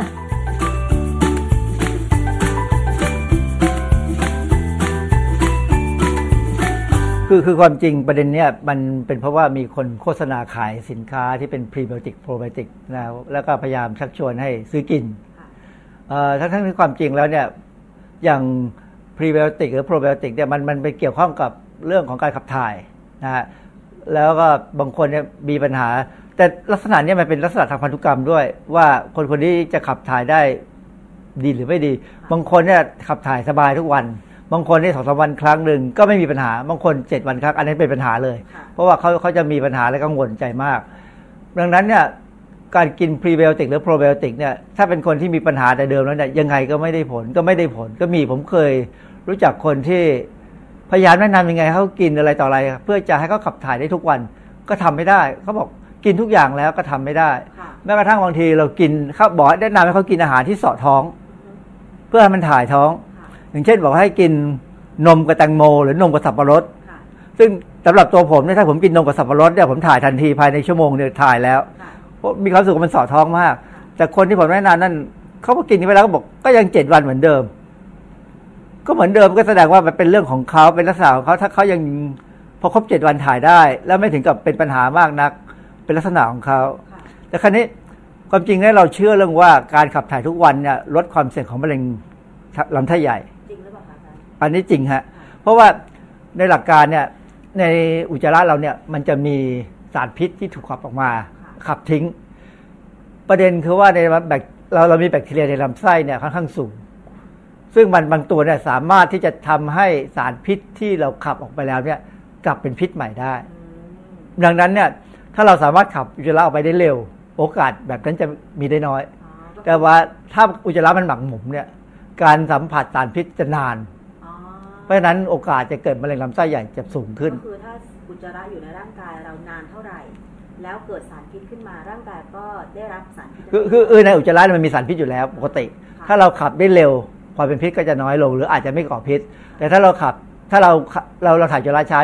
คือคือความจริงประเด็นเนี้ยมันเป็นเพราะว่ามีคนโฆษณาขายสินค้าที่เป็นพรีไบโอติกโปรไบโอติกนะแล้วก็พยายามชักชวนให้ซื้อกินทั้งทั้งที่ความจริงแล้วเนี่ยอย่างพรีไบโอติกหรือโปรไบโอติกเนี่ยมันมันไปเกี่ยวข้องกับเรื่องของการขับถ่ายนะฮะแล้วก็บางคนเนี่ยมีปัญหาแต่ลักษณะนี้มันเป็นลักษณะทางพันธุกรรมด้วยว่าคนคนนี้จะขับถ่ายได้ดีหรือไม่ดีบางคนเนี่ยขับถ่ายสบายทุกวันบางคนนี่สองสามวันครั้งหนึ่งก็ไม่มีปัญหาบางคนเจ็ดวันครั้งอันนี้เป็นปัญหาเลยเพราะว่าเขาเขาจะมีปัญหาและกังวลใจมากดังนั้นเนี่ยการกินพรีไบโอติกหรือโปรไบโอติกเนี่ยถ้าเป็นคนที่มีปัญหาแต่เดิมแล้วเนี่ยยังไงก็ไม่ได้ผลก็ไม่ได้ผลก็มีผมเคยรู้จักคนที่พยายามแนะนำยังไงเขากินอะไรต่ออะไรเพื่อจะให้เขาขับถ่ายได้ทุกวันก็ทำไม่ได้เขาบอกกินทุกอย่างแล้วก็ทำไม่ได้แม้กระทั่งบางทีเรากินเขาบอกแนะนำให้เขากินอาหารที่เสาะท้องเพื่อให้มันถ่ายท้องอย่างเช่นบอกให้กินนมกับแตงโมหรือนมกับสับปะรดซึ่งสำหรับตัวผมเนี่ยถ้าผมกินนมกับสับปะรดเนี่ยผมถ่ายทันทีภายในชั่วโมงเดียวถ่ายแล้วเพราะมีความรู้สึกว่ามันเสาะท้องมากแต่คนที่ผมแนะนำนั่นเขาก็กินไปแล้วก็บอกก็ยังเจ็ดวันเหมือนเดิมก็เหมือนเดิมก็แสดงว่ามันเป็นเรื่องของเขาเป็นลักษณะของเขาถ้าเขายังพอครบเจ็ดวันถ่ายได้แล้วไม่ถึงกับเป็นปัญหามากนักเป็นลักษณะของเขาแต่คราวนี้ความจริงเนี่ยเราเชื่อเรื่องว่าการขับถ่ายทุกวันเนี่ยลดความเสี่ยงของมะเร็งลำไส้ใหญ่จริงหรือเปล่าคะอันนี้จริงฮะเพราะว่าในหลักการเนี่ยในอุจจาระเราเนี่ยมันจะมีสารพิษที่ถูกขับออกมาขับทิ้งประเด็นคือว่าในแบคเราเรามีแบคทีเรียในลำไส้เนี่ยค่อนข้างสูงซึ่งมันบางตัวเนี่ยสามารถที่จะทำให้สารพิษที่เราขับออกไปแล้วเนี่ยกลับเป็นพิษใหม่ได้ดังนั้นเนี่ยถ้าเราสามารถขับอุจจาระออกไปได้เร็วโอกาสแบบนั้นจะมีได้น้อยแต่ว่าถ้าอุจจาระมันหมักหมมเนี่ยการสัมผัสสารพิษจะนานเพราะฉะนั้นโอกาสจะเกิดมะเร็งลำไส้ใหญ่จะสูงขึ้นก็คือถ้าอุจจาระอยู่ในร่างกายเรานานเท่าไหร่แล้วเกิดสารพิษขึ้นมาร่างกายก็ได้รับสารพิษคือคือเออในอุจจาระมันมีสารพิษอยู่แล้วปกติถ้าเราขับได้เร็วความเป็นพิษก็จะน้อยลงหรืออาจจะไม่ก่อพิษแต่ถ้าเราขับถ้าเราเราเราถ่ายอุจจาระช้าเนี่ย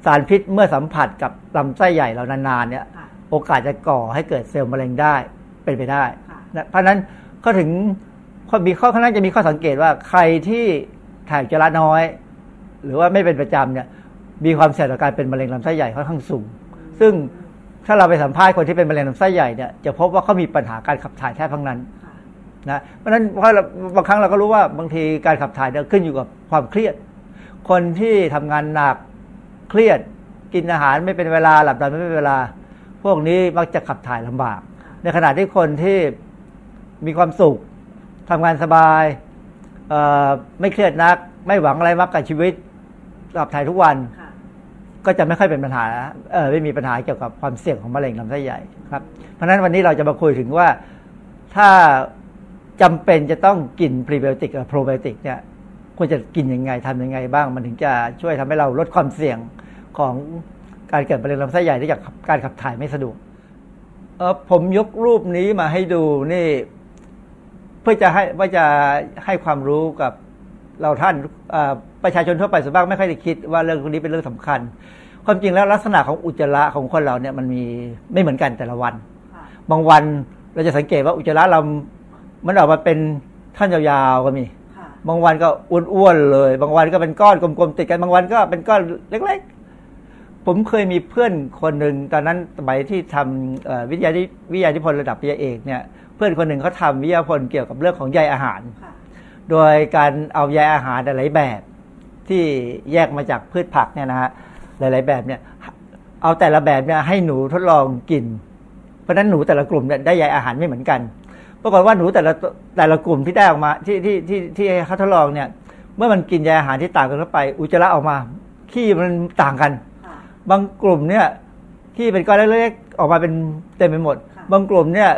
สารพิษเมื่อสัมผัสกับลำไส้ใหญ่เรานานๆเนี่ยโอกาสจะก่อให้เกิดเซลล์มะเร็งได้เป็นไปได้นะเพราะฉะนั้นก็ถึงมีข้อข้างหน้าจะมีข้อสังเกตว่าใครที่ถ่ายอุจจาระน้อยหรือว่าไม่เป็นประจำเนี่ยมีความเสี่ยงต่อการเป็นมะเร็งลำไส้ใหญ่ค่อนข้างสูงซึ่งถ้าเราไปสัมภาษณ์คนที่เป็นมะเร็งลำไส้ใหญ่เนี่ยจะพบว่าเขามีปัญหาการขับถ่ายแทบทั้งนั้นนะเพราะฉะนั้นเพราะบางครั้งเราก็รู้ว่าบางทีการขับถ่ายเนี่ยขึ้นอยู่กับความเครียดคนที่ทำงานหนักเครียดกินอาหารไม่เป็นเวลาหลับนอนไม่เป็นเวลาพวกนี้มักจะขับถ่ายลำบากในขณะที่คนที่มีความสุขทำงานสบายไม่เครียดนักไม่หวังอะไรมากกับชีวิตขับถ่ายทุกวันก็จะไม่ค่อยเป็นปัญหาเออไม่มีปัญหาเกี่ยวกับความเสี่ยงของมะเร็งลำไส้ใหญ่ครับเพราะฉะนั้นวันนี้เราจะมาคุยถึงว่าถ้าจำเป็นจะต้องกินพรีไบโอติกกับโปรไบโอติกเนี่ยควรจะกินยังไงทำยังไงบ้างมันถึงจะช่วยทำให้เราลดความเสี่ยงของการเกิดมะเร็งลำไส้ใหญ่ที่จากการขับถ่ายไม่สะดวกเออผมยกรูปนี้มาให้ดูนี่เพื่อจะให้ว่าจะให้ความรู้กับเราท่านประชาชนทั่วไปส่วนมากไม่ค่อยได้คิดว่าเรื่องนี้เป็นเรื่องสำคัญความจริงแล้วลักษณะของอุจจาระของคนเราเนี่ยมันมีไม่เหมือนกันแต่ละวันบางวันเราจะสังเกตว่าอุจจาระเรามันออกมาเป็นท่อนยาวๆก็มีบางวันก็อ้วนๆเลยบางวันก็เป็นก้อนกลมๆติดกันบางวันก็เป็นก้อนเล็กๆผมเคยมีเพื่อนคนหนึ่งตอนนั้นสมัยที่ทำวิทยาวิทยานิพนธ์ระดับปริญญาเอกเนี่ยเพื่อนคนหนึ่งเขาทำวิทยานิพนธ์เกี่ยวกับเรื่องของใยอาหารโดยการเอาใยอาหารหลายแบบที่แยกมาจากพืชผักเนี่ยนะฮะหลายๆแบบเนี่ยเอาแต่ละแบบเนี่ยให้หนูทดลองกินเพราะฉะนั้นหนูแต่ละกลุ่มเนี่ยได้ใยอาหารไม่เหมือนกันปรากฏว่าหนูแต่ละแต่ละกลุ่มที่ได้ออกมาที่ที่ที่ที่เขาทดลองเนี่ยเมื่อมันกินใยอาหารที่ต่างกันเข้าไปอุจจาระออกมาขี้มันต่างกันบางกลุ่มเนี่ยขี้เป็นก้อนเล็กๆออกมาเป็นเต็มไปหมดบางกลุ่มเนี่ย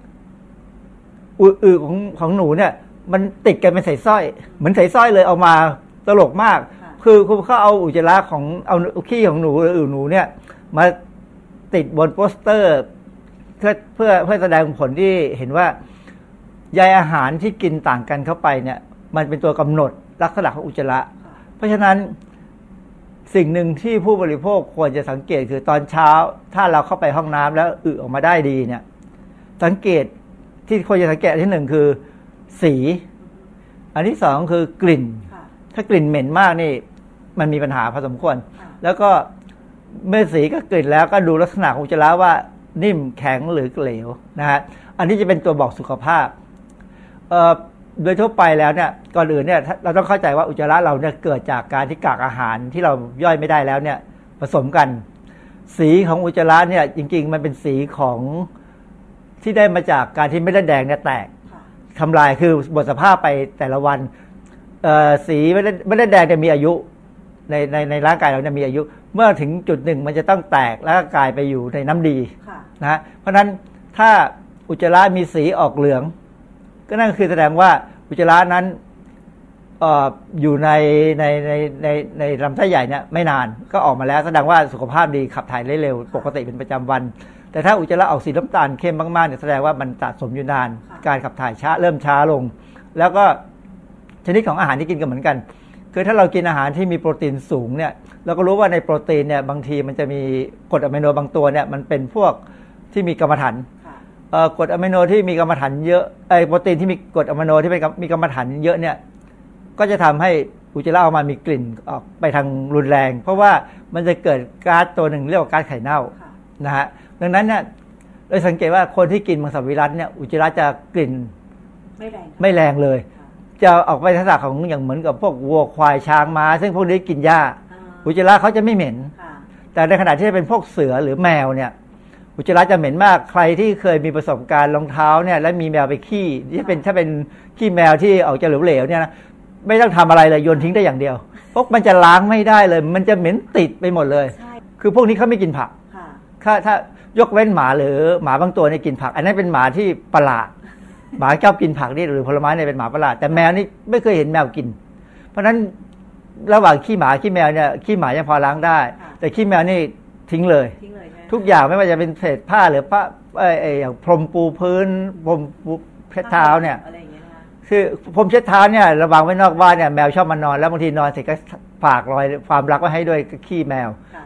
อือของของหนูเนี่ยมันติดกันเป็นใส่สร้อยเหมือนใส่สร้อยเลยเอามาตลกมากคือเขาเอาอุจจาระของเอาขี้ของหนูหรืออือหนูเนี่ยมาติดบนโปสเตอร์เพื่อเพื่อเพื่อแสดงผลที่เห็นว่าใยอาหารที่กินต่างกันเข้าไปเนี่ยมันเป็นตัวกำหนดลักษณะของอุจจาระเพราะฉะนั้นสิ่งหนึ่งที่ผู้บริโภคควรจะสังเกตคือตอนเช้าถ้าเราเข้าไปห้องน้ำแล้วอึออกมาได้ดีเนี่ยสังเกตที่ควรจะสังเกตที่หนึ่งคือสีอันที่สองคือกลิ่นถ้ากลิ่นเหม็นมากนี่มันมีปัญหาพอสมควรแล้วก็เมื่อสีก็กลิ่นแล้วก็ดูลักษณะของอุจจาระว่านิ่มแข็งหรือเหลวนะฮะอันนี้จะเป็นตัวบอกสุขภาพเอ่อโดยทั่วไปแล้วเนี่ยก่อนอื่นเนี่ยเราต้องเข้าใจว่าอุจจาระเราเนี่ยเกิดจากการที่กากอาหารที่เราย่อยไม่ได้แล้วเนี่ยผสมกันสีของอุจจาระเนี่ยจริงๆมันเป็นสีของที่ได้มาจากการที่เม็ดเลือดแดงเนี่ยแตกทำลายคือหมดสภาพไปแต่ละวันสีเม็ดเลือดแดงเนี่ยมีอายุในในในร่างกายเราเนี่ยมีอายุเมื่อถึงจุดหนึ่งมันจะต้องแตกแล้วก็กลายไปอยู่ในน้ำดีนะฮะเพราะฉะนั้นถ้าอุจจาระมีสีออกเหลืองก็นั่นคือแสดงว่าอุจจาระนั้น เอ่ออยู่ในในในในในลำไส้ใหญ่เนี่ยไม่นานก็ออกมาแล้วแสดงว่าสุขภาพดีขับถ่ายได้เร็วปกติเป็นประจำวันแต่ถ้าอุจจาระออกสีน้ำตาลเข้มมากๆเนี่ยแสดงว่ามันสะสมอยู่นานการขับถ่ายช้าเริ่มช้าลงแล้วก็ชนิดของอาหารที่กินก็เหมือนกันคือถ้าเรากินอาหารที่มีโปรตีนสูงเนี่ยเราก็รู้ว่าในโปรตีนเนี่ยบางทีมันจะมีกรดอะมิโนบางตัวเนี่ยมันเป็นพวกที่มีกรรมฐานกรดอะมิโนที่มีกรรมฐานเยอะไอ้โปรตีนที่มีกรดอะมิโนที่มีกรรมฐานเยอะเนี่ยก็จะทำให้อุจจาระออกมามีกลิ่นออกไปทางรุนแรงเพราะว่ามันจะเกิดก๊าซตัวหนึ่งเรียกว่าก๊าซไข่เน่านะฮะดังนั้นเนี่ยเราสังเกตว่าคนที่กินมังสวิรัติเนี่ยอุจจาระจะกลิ่นไม่แรงไม่แรงเลยจะออกไปลักษณะของอย่างเหมือนกับพวกวัวควายช้างม้าซึ่งพวกนี้กินหญ้าอุจจาระเขาจะไม่เหม็นแต่ในขณะที่เป็นพวกเสือหรือแมวเนี่ยอุจจาระจะเหม็นมากใครที่เคยมีประสบการณ์รองเท้าเนี่ยแล้วมีแมวไปขี้ที่เป็นถ้าเป็นขี้แมวที่ออกจะเหลวๆเนี่ยนะไม่ต้องทำอะไรเลยโยนทิ้งได้อย่างเดียวเพราะมันจะล้างไม่ได้เลยมันจะเหม็นติดไปหมดเลยคือพวกนี้เขาไม่กินผักถ้าถ้ายกเว้นหมาหรือหมาบางตัวเนี่ยกินผักอันนั้นเป็นหมาที่ประหลาดหมาชอบกินผักนี่หรือผลไม้เนี่ยเป็นหมาประหลาดแต่แมวนี่ไม่เคยเห็นแมวกินเพราะฉะนั้นระหว่างขี้หมาขี้แมวเนี่ยขี้หมายังพอล้างได้แต่ขี้แมวนี่ทิ้งเลยทุกอย่างไม่ว่าจะเป็นเศษผ้าหรือผ้าไอ้ไอ้อย่างพรมปูพื้นพรมปูเช็ดเท้าเนี่ยคือพรมเช็ดเท้าเนี่ยระวังไว้นอกบ้านเนี่ยแมวชอบมานอนแล้วบางทีนอนเสร็จก็ฝากรอยความรักไว้ให้ด้วยขี้แมว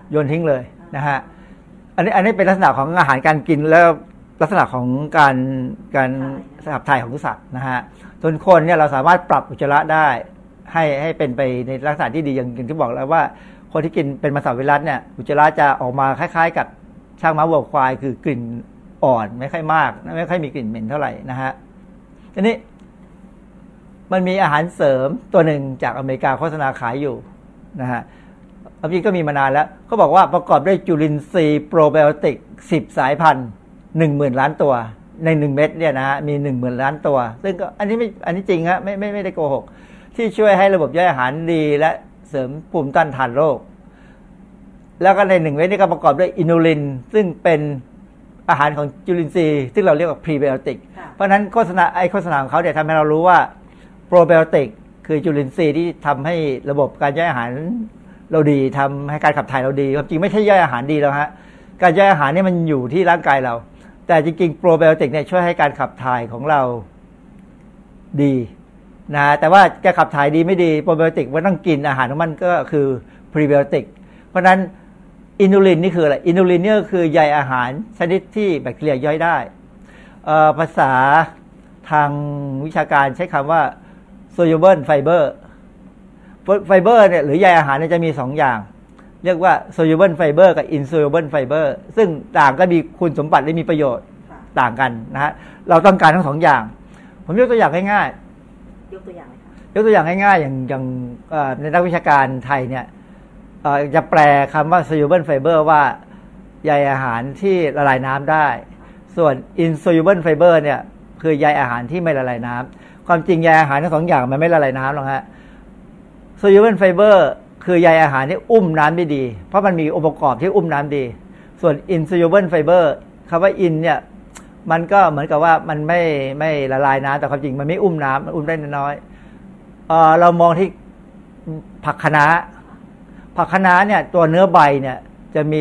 โยนทิ้งเลยนะฮะอันนี้อันนี้เป็นลักษณะของอาหารการกินแล้วลักษณะของการการขับถ่ายของสัตว์นะฮะส่วนคนเนี่ยเราสามารถปรับอุจจาระได้ให้ให้เป็นไปในลักษณะที่ดีอย่างที่บอกแล้วว่าคนที่กินเป็นมังสวิรัติเนี่ยอุจจาระจะออกมาคล้ายๆกับช่างม้าวัวควายคือกลิ่นอ่อนไม่ค่อยมากไม่ค่อยมีกลิ่นเหม็นเท่าไหร่นะฮะทีนี้มันมีอาหารเสริมตัวหนึ่งจากอเมริกาโฆษณาขายอยู่นะฮะจริงก็มีมานานแล้วเขาบอกว่าประกอบด้วยจุลินทรีย์โปรไบโอติกสิบสายพันธุ์หนึ่งหมื่นล้านตัวในหนึ่งเม็ดเนี่ยนะฮะมีหนึ่งหมื่นล้านตัวซึ่งก็อันนี้ไม่อันนี้จริงฮะไม่ไม่ไม่ได้โกหกที่ช่วยให้ระบบย่อยอาหารดีและเสริมภูมิต้านทานโรคแล้วก็ในหนึ่งเม็ดนี่ก็ประกอบด้วยอินูลินซึ่งเป็นอาหารของจุลินทรีย์ซึ่งเราเรียกว่าพรีไบโอติกเพราะฉะนั้นโฆษณาไอโฆษณาของเขาเนี่ยทำให้เรารู้ว่าโปรไบโอติกคือจุลินทรีย์ที่ทำให้ระบบการย่อยอาหารเราดีทำให้การขับถ่ายเราดีความจริงไม่ใช่ย่อยอาหารดีแล้วฮะการย่อยอาหารนี่มันอยู่ที่ร่างกายเราแต่จริงๆโปรไบโอติกเนี่ยช่วยให้การขับถ่ายของเราดีนะแต่ว่าจะขับถ่ายดีไม่ดีโปรไบโอติกมันต้องกินอาหารของมันก็คือพรีไบโอติกเพราะฉะนั้นอินูลินนี่คืออะไรอินูลินนี่ก็คือใยอาหารชนิดที่แบคทีเรียย่อยได้ภาษาทางวิชาการใช้คำว่า soluble fiber fiber เนี่ยหรือใยอาหารเนี่ยจะมีสองอย่างเรียกว่า soluble fiber กับ insoluble fiber ซึ่งต่างก็มีคุณสมบัติและมีประโยชน์ต่างกันนะฮะเราต้องการทั้งสองอย่างผมยกตัวอย่างง่ายๆยกตัวอย่างเลยค่ะยกตัวอย่างง่ายๆอย่างอย่างในนักวิชาการไทยเนี่ยจะแปลคำว่า soluble fiber ว่าใยอาหารที่ละลายน้ำได้ส่วน insoluble fiber เนี่ยคือใยอาหารที่ไม่ละลายน้ำความจริงใยอาหารทั้งสองอย่างมันไม่ละลายน้ำหรอกฮะ soluble fiber คือใยอาหารที่อุ้มน้ำได้ดีเพราะมันมีองค์ประกอบที่อุ้มน้ำดีส่วน insoluble fiber คำว่า in เนี่ยมันก็เหมือนกับว่ามันไม่ไม่ละลายน้ำแต่ความจริงมันไม่อุ้มน้ำมันอุ้มได้น้อยเอ่อเรามองที่ผักคะน้าผักคะน้าเนี่ยตัวเนื้อใบเนี่ยจะมี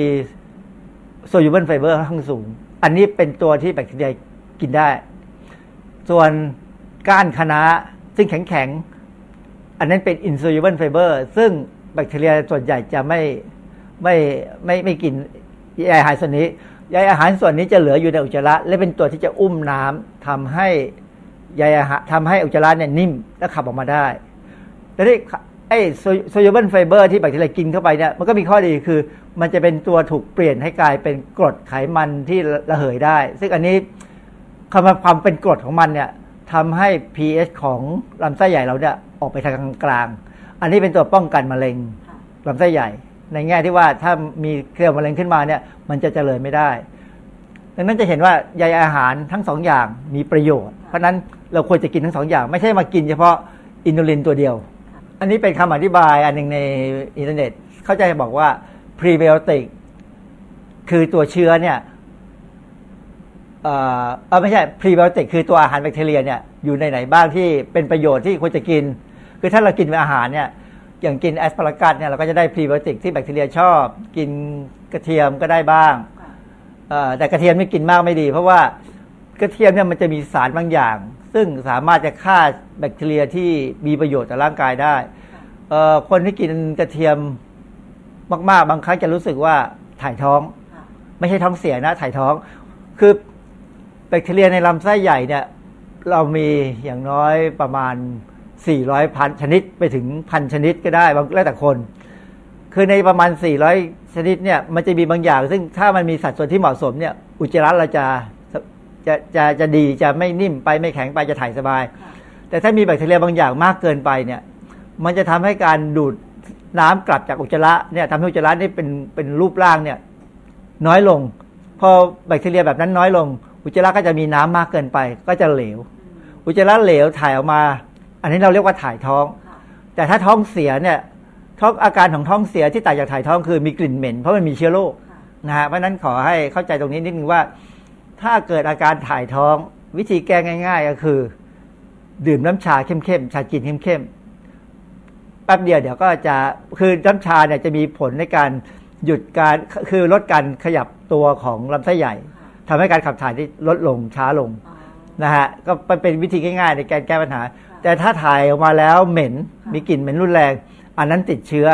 soluble fiber ค่อนข้างสูงอันนี้เป็นตัวที่แบคทีเรียกินได้ส่วนก้านคะน้าซึ่งแข็งๆอันนั้นเป็น insoluble fiber ซึ่งแบคทีเรียส่วนใหญ่จะไม่ไม่ไม่ไม่กินใยอาหารส่วนนี้ใยอาหารส่วนนี้จะเหลืออยู่ในอุจจาระและเป็นตัวที่จะอุ้มน้ำทำให้ใยอาหารทำให้อุจจาระเนี่ยนิ่มและขับออกมาได้แต่ที่ไอ้ soluble fiber ที่แบคทีเรียกินเข้าไปเนี่ยมันก็มีข้อดีคือมันจะเป็นตัวถูกเปลี่ยนให้กลายเป็นกรดไขมันที่ระเหยได้ซึ่งอันนี้ความเป็นกรดของมันเนี่ยทำให้ pH ของลำไส้ใหญ่เราเนี่ยออกไปทางกลางอันนี้เป็นตัวป้องกันมะเร็งลำไส้ใหญ่ในแง่ที่ว่าถ้ามีเครือมะเร็งขึ้นมาเนี่ยมันจะเจริญไม่ได้ดังนั้นจะเห็นว่าใยอาหารทั้งสองอย่างมีประโยชน์เพราะนั้นเราควรจะกินทั้งสองอย่างไม่ใช่มากินเฉพาะอินูลินตัวเดียวอันนี้เป็นคำอธิบายอันหนึ่งในอินเทอร์เน็ตเขาจะบอกว่าพรีไบโอติกคือตัวเชื้อเนี่ยเอ่อเออไม่ใช่พรีไบโอติกคือตัวอาหารแบคทีเรียเนี่ยอยู่ในไหนบ้างที่เป็นประโยชน์ที่ควรจะกินคือถ้าเรากินอาหารเนี่ยอย่างกินแอสพารากัสเนี่ยเราก็จะได้พรีไบโอติกที่แบคทีเรียชอบกินกระเทียมก็ได้บ้างแต่กระเทียมไม่กินมากไม่ดีเพราะว่ากระเทียมเนี่ยมันจะมีสารบางอย่างซึ่งสามารถจะฆ่าแบคทีเรียที่มีประโยชน์ต่อร่างกายได้คนที่กินกระเทียมมากๆบางครั้งจะรู้สึกว่าถ่ายท้องไม่ใช่ท้องเสียนะถ่ายท้องคือแบคทีเรียในลำไส้ใหญ่เนี่ยเรามีอย่างน้อยประมาณสี่ร้อยพันชนิดไปถึงพันชนิดก็ได้บางแล้วแต่คนคือในประมาณสี่ร้อยชนิดเนี่ยมันจะมีบางอย่างซึ่งถ้ามันมีสัดส่วนที่เหมาะสมเนี่ยอุจจาระเราจะจะจะจะดีจะไม่นิ่มไปไม่แข็งไปจะถ่ายสบายแต่ถ้ามีแบคทีเรียบางอย่างมากเกินไปเนี่ยมันจะทำให้การดูดน้ำกลับจากอุจจาระเนี่ยทำให้อุจจาระนี่เป็นเป็นรูปร่างเนี่ยน้อยลงพอแบคทีเรียแบบนั้นน้อยลงอุจจาระก็จะมีน้ำมากเกินไปก็จะเหลวอุจจาระเหลวถ่ายออกมาอันนี้เราเรียกว่าถ่ายท้องแต่ถ้าท้องเสียเนี่ยท้องอาการของท้องเสียที่ต่างจากถ่ายท้องคือมีกลิ่นเหม็นเพราะมันมีเชื้อโรคนะฮะเพราะนั้นขอให้เข้าใจตรงนี้นิดนึงว่าถ้าเกิดอาการถ่ายท้องวิธีแก้ง่ายๆก็คือดื่มน้ำชาเข้มๆชาจีนเข้มๆแป๊บเดียวเดี๋ยวก็จะคือน้ำชาเนี่ยจะมีผลในการหยุดการคือลดการขยับตัวของลำไส้ใหญ่ทำให้การขับถ่ายที่ลดลงช้าลงนะฮะก็เป็นวิธีง่ายๆในการแก้ปัญหาแต่ถ้าถ่ายออกมาแล้วเหม็นมีกลิ่นเหม็นรุนแรงอันนั้นติดเชื้อ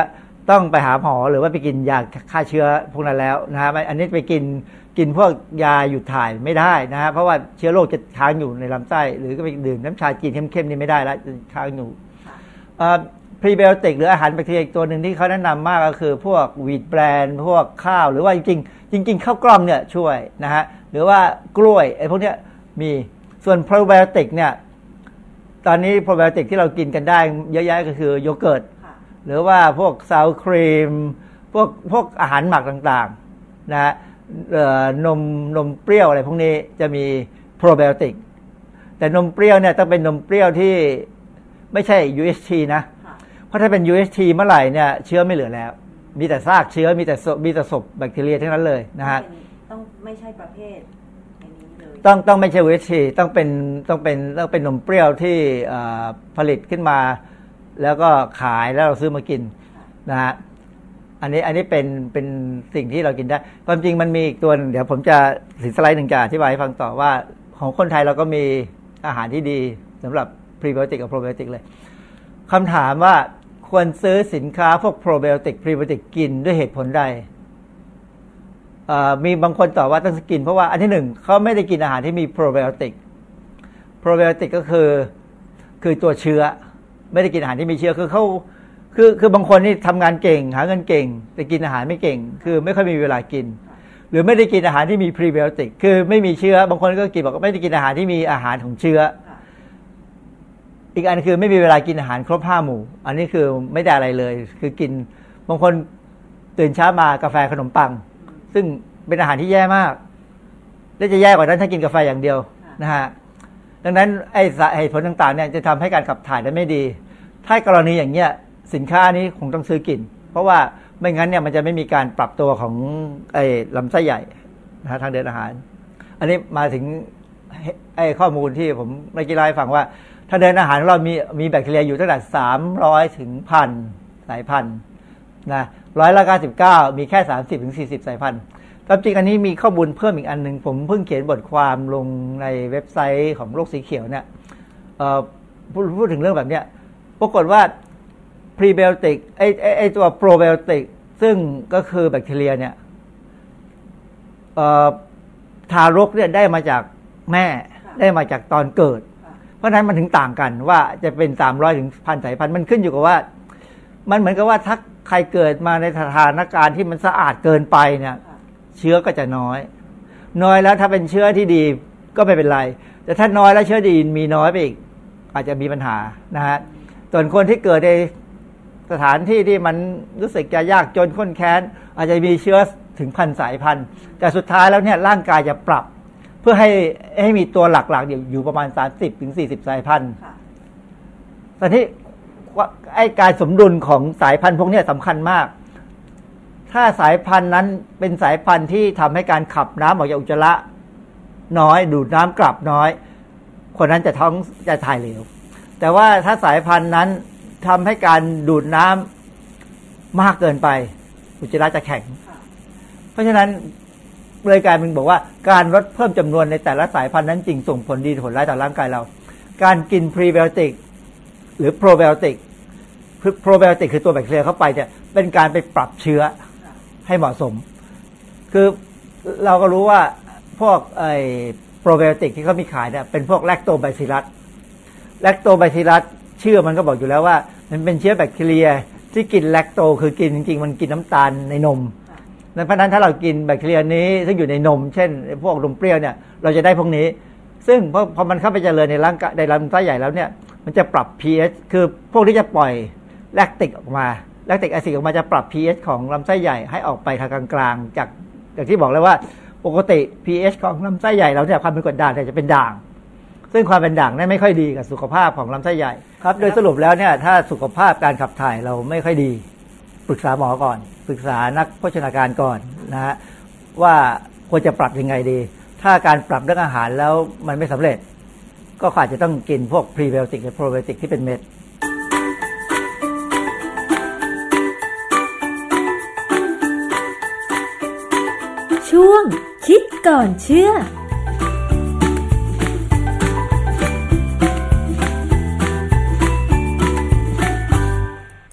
ต้องไปหาหมอหรือว่าไปกินยาฆ่าเชื้อพวกนั้นแล้วนะฮะอันนี้ไปกินกินพวกยาหยุดถ่ายไม่ได้นะฮะเพราะว่าเชื้อโรคจะค้างอยู่ในลำไส้หรือก็ไปดื่มน้ำชาจีนเข้มๆนี่ไม่ได้แล้วค้างอยู่พรีไบโอติกหรืออาหารแบคทีเรียอีกตัวหนึ่งที่เขาแนะนำมากก็คือพวกวีทแบรนด์พวกข้าวหรือว่าจริงๆจริงๆข้าวกล้อมเนี่ยช่วยนะฮะหรือว่ากล้วยไอ้พวกเนี้ยมีส่วนโปรไบโอติกเนี่ยตอนนี้โปรไบโอติกที่เรากินกันได้เยอะแยะก็คือโยเกิร์ตหรือว่าพวกซาวครีมพวกพวกอาหารหมักต่างๆนะฮะนมนมเปรี้ยวอะไรพวกนี้จะมีโปรไบโอติกแต่นมเปรี้ยวเนี่ยต้องเป็นนมเปรี้ยวที่ไม่ใช่ ยู เอช ที นะเพราะถ้าเป็น ยู เอช ที เมื่อไหร่เนี่ยเชื้อไม่เหลือแล้วมีแต่ซากเชื้อมีแต่มีแต่ศพแบคทีเรียทั้งนั้นเลยนะฮะต้องไม่ใช่ประเภทอย่างนี้เลยต้องต้องไม่ใช่ ยู เอช ที ต้องเป็นต้องเป็นต้องเป็นนมเปรี้ยวที่ผลิตขึ้นมาแล้วก็ขายแล้วเราซื้อมากินนะฮะอันนี้อันนี้เป็นเป็นสิ่งที่เรากินได้ความจริงมันมีอีกตัวเดี๋ยวผมจะถึงสไลด์หนึ่งจะอธิบายให้ฟังต่อว่าของคนไทยเราก็มีอาหารที่ดีสำหรับพรีไบโอติกกับโปรไบโอติกเลยคำถามว่าควรซื้อสินค้าพวกโปรไบโอติกพรีไบโอติกกินด้วยเหตุผลใดมีบางคนตอบว่าต้องกินเพราะว่าอันที่หนึ่งเขาไม่ได้กินอาหารที่มีโปรไบโอติกโปรไบโอติกก็คือคือตัวเชื้อไม่ได้กินอาหารที่มีเชื้อคือเขาคือคือบางคนนี่ทำงานเก่งหาเงินเก่งแต่กินอาหารไม่เก่งคือไม่ค่อยมีเวลากินหรือไม่ได้กินอาหารที่มีพรีไบโอติกคือไม่มีเชื้อบางคนก็กินบอกว่าไม่ได้กินอาหารที่มีอาหารของเชื้ออีกอันคือไม่มีเวลากินอาหารครบห้าหมู่อันนี้คือไม่ได้อะไรเลยคือกินบางคนตื่นเช้ามากาแฟขนมปังซึ่งเป็นอาหารที่แย่มากและจะแย่กว่านั้นถ้ากินกาแฟอย่างเดียวนะฮะดังนั้นไอ้เหตุผลต่างๆเนี่ยจะทำให้การขับถ่ายได้ไม่ดีถ้ากรณีอย่างเงี้ยสินค้านี้คงต้องซื้อกินเพราะว่าไม่งั้นเนี่ยมันจะไม่มีการปรับตัวของไอ้ลำไส้ใหญ่นะฮะทางเดินอาหารอันนี้มาถึงไอ้ข้อมูลที่ผมเมื่อกี้เล่าให้ฟังว่าถ้าเดินอาหารของเรามีมีแบคทีเรียอยู่ตั้งแต่สามร้อยถึงพันสายพันธุ์นะร้อยละเก้าสิบเก้ามีแค่สามสิบถึงสี่สิบสายพันธุ์ตามจริงอันนี้มีข้อมูลเพิ่มอีกอันหนึ่งผมเพิ่งเขียนบทความลงในเว็บไซต์ของโลกสีเขียวเนี่ยพูดพูดถึงเรื่องแบบเนี้ยปรากฏว่าพรีไบโอติกไอไอไอตัวโปรไบโอติกซึ่งก็คือแบคทีเรียเนี่ยทารกเนี่ยได้มาจากแม่ได้มาจากตอนเกิดเพราะฉะนั้นมันถึงต่างกันว่าจะเป็นสามร้อยถึงพันสายพันธุ์มันขึ้นอยู่กับว่ามันเหมือนกับว่าถ้าใครเกิดมาในสถานการณ์ที่มันสะอาดเกินไปเนี่ยเชื้อก็จะน้อยน้อยแล้วถ้าเป็นเชื้อที่ดีก็ไม่เป็นไรแต่ถ้าน้อยแล้วเชื้อดีมีน้อยไปอีกอาจจะมีปัญหานะฮะส่วนคนที่เกิดในสถานที่ที่มันรู้สึกจะยากจนข้นแค้นอาจจะมีเชื้อถึงพันสายพันธุ์แต่สุดท้ายแล้วเนี่ยร่างกายจะปรับเพื่อให้ให้มีตัวหลักๆอยู่ประมาณสามสิบถึงสี่สิบสายพันธุ์ตอนนี้ไอ้การสมดุลของสายพันธุ์พวกนี้สำคัญมากถ้าสายพันธุ์นั้นเป็นสายพันธุ์ที่ทำให้การขับน้ำออกจากอุจจาระน้อยดูดน้ำกลับน้อยคนนั้นจะท้องจะถ่ายเหลวแต่ว่าถ้าสายพันธุ์นั้นทำให้การดูดน้ำมากเกินไปอุจจาระจะแข็งเพราะฉะนั้นเลยกลายเป็นบอกว่าการลดเพิ่มจำนวนในแต่ละสายพันธุ์นั้นจริงส่งผลดีผลร้ายต่อร่างกายเราการกินพรีไบโอติกหรือโปรไบโอติกโปรไบโอติกคือตัวแบคทีเรียเข้าไปเนี่ยเป็นการไปปรับเชื้อให้เหมาะสมคือเราก็รู้ว่าพวกไอ้โปรไบโอติกที่เขามีขายเนี่ยเป็นพวกแลคโตไบซิลัสแลคโตไบซิลัสชื่อมันก็บอกอยู่แล้วว่ามันเป็นเชื้อแบคทีเรียที่กินแลคโตคือกินจริงๆมันกินน้ำตาลในนมเพราะฉะนั้นถ้าเรากินแบคทีเรียนี้ซึ่งอยู่ในนมเช่นพวกนมเปรี้ยวเนี่ยเราจะได้พวกนี้ซึ่งพอพอมันเข้าไปเจริญในร่างกายในลำไส้ใหญ่แล้วเนี่ยมันจะปรับ pH คือพวกที่จะปล่อยแลคติกออกมาแลคติกแอซิดออกมาจะปรับ pH ของลำไส้ใหญ่ให้ออกไปทางกลางๆจากจากที่บอกแล้วว่าปกติ pH ของลำไส้ใหญ่เราเนี่ยความเป็นกรดด่างเนี่ยจะเป็นด่างซึ่งความเป็นด่างนั้นไม่ค่อยดีกับสุขภาพของลำไส้ใหญ่ครับโดยสรุปแล้วเนี่ยถ้าสุขภาพการขับถ่ายเราไม่ค่อยดีปรึกษาหมอก่อนปรึกษานักโภชนาการก่อนนะฮะว่าควรจะปรับยังไงดีถ้าการปรับเรื่องอาหารแล้วมันไม่สำเร็จก็อาจจะต้องกินพวกพรีไบโอติกหรือโปรไบโอติกที่เป็นเม็ดช่วงคิดก่อนเชื่อค่ะ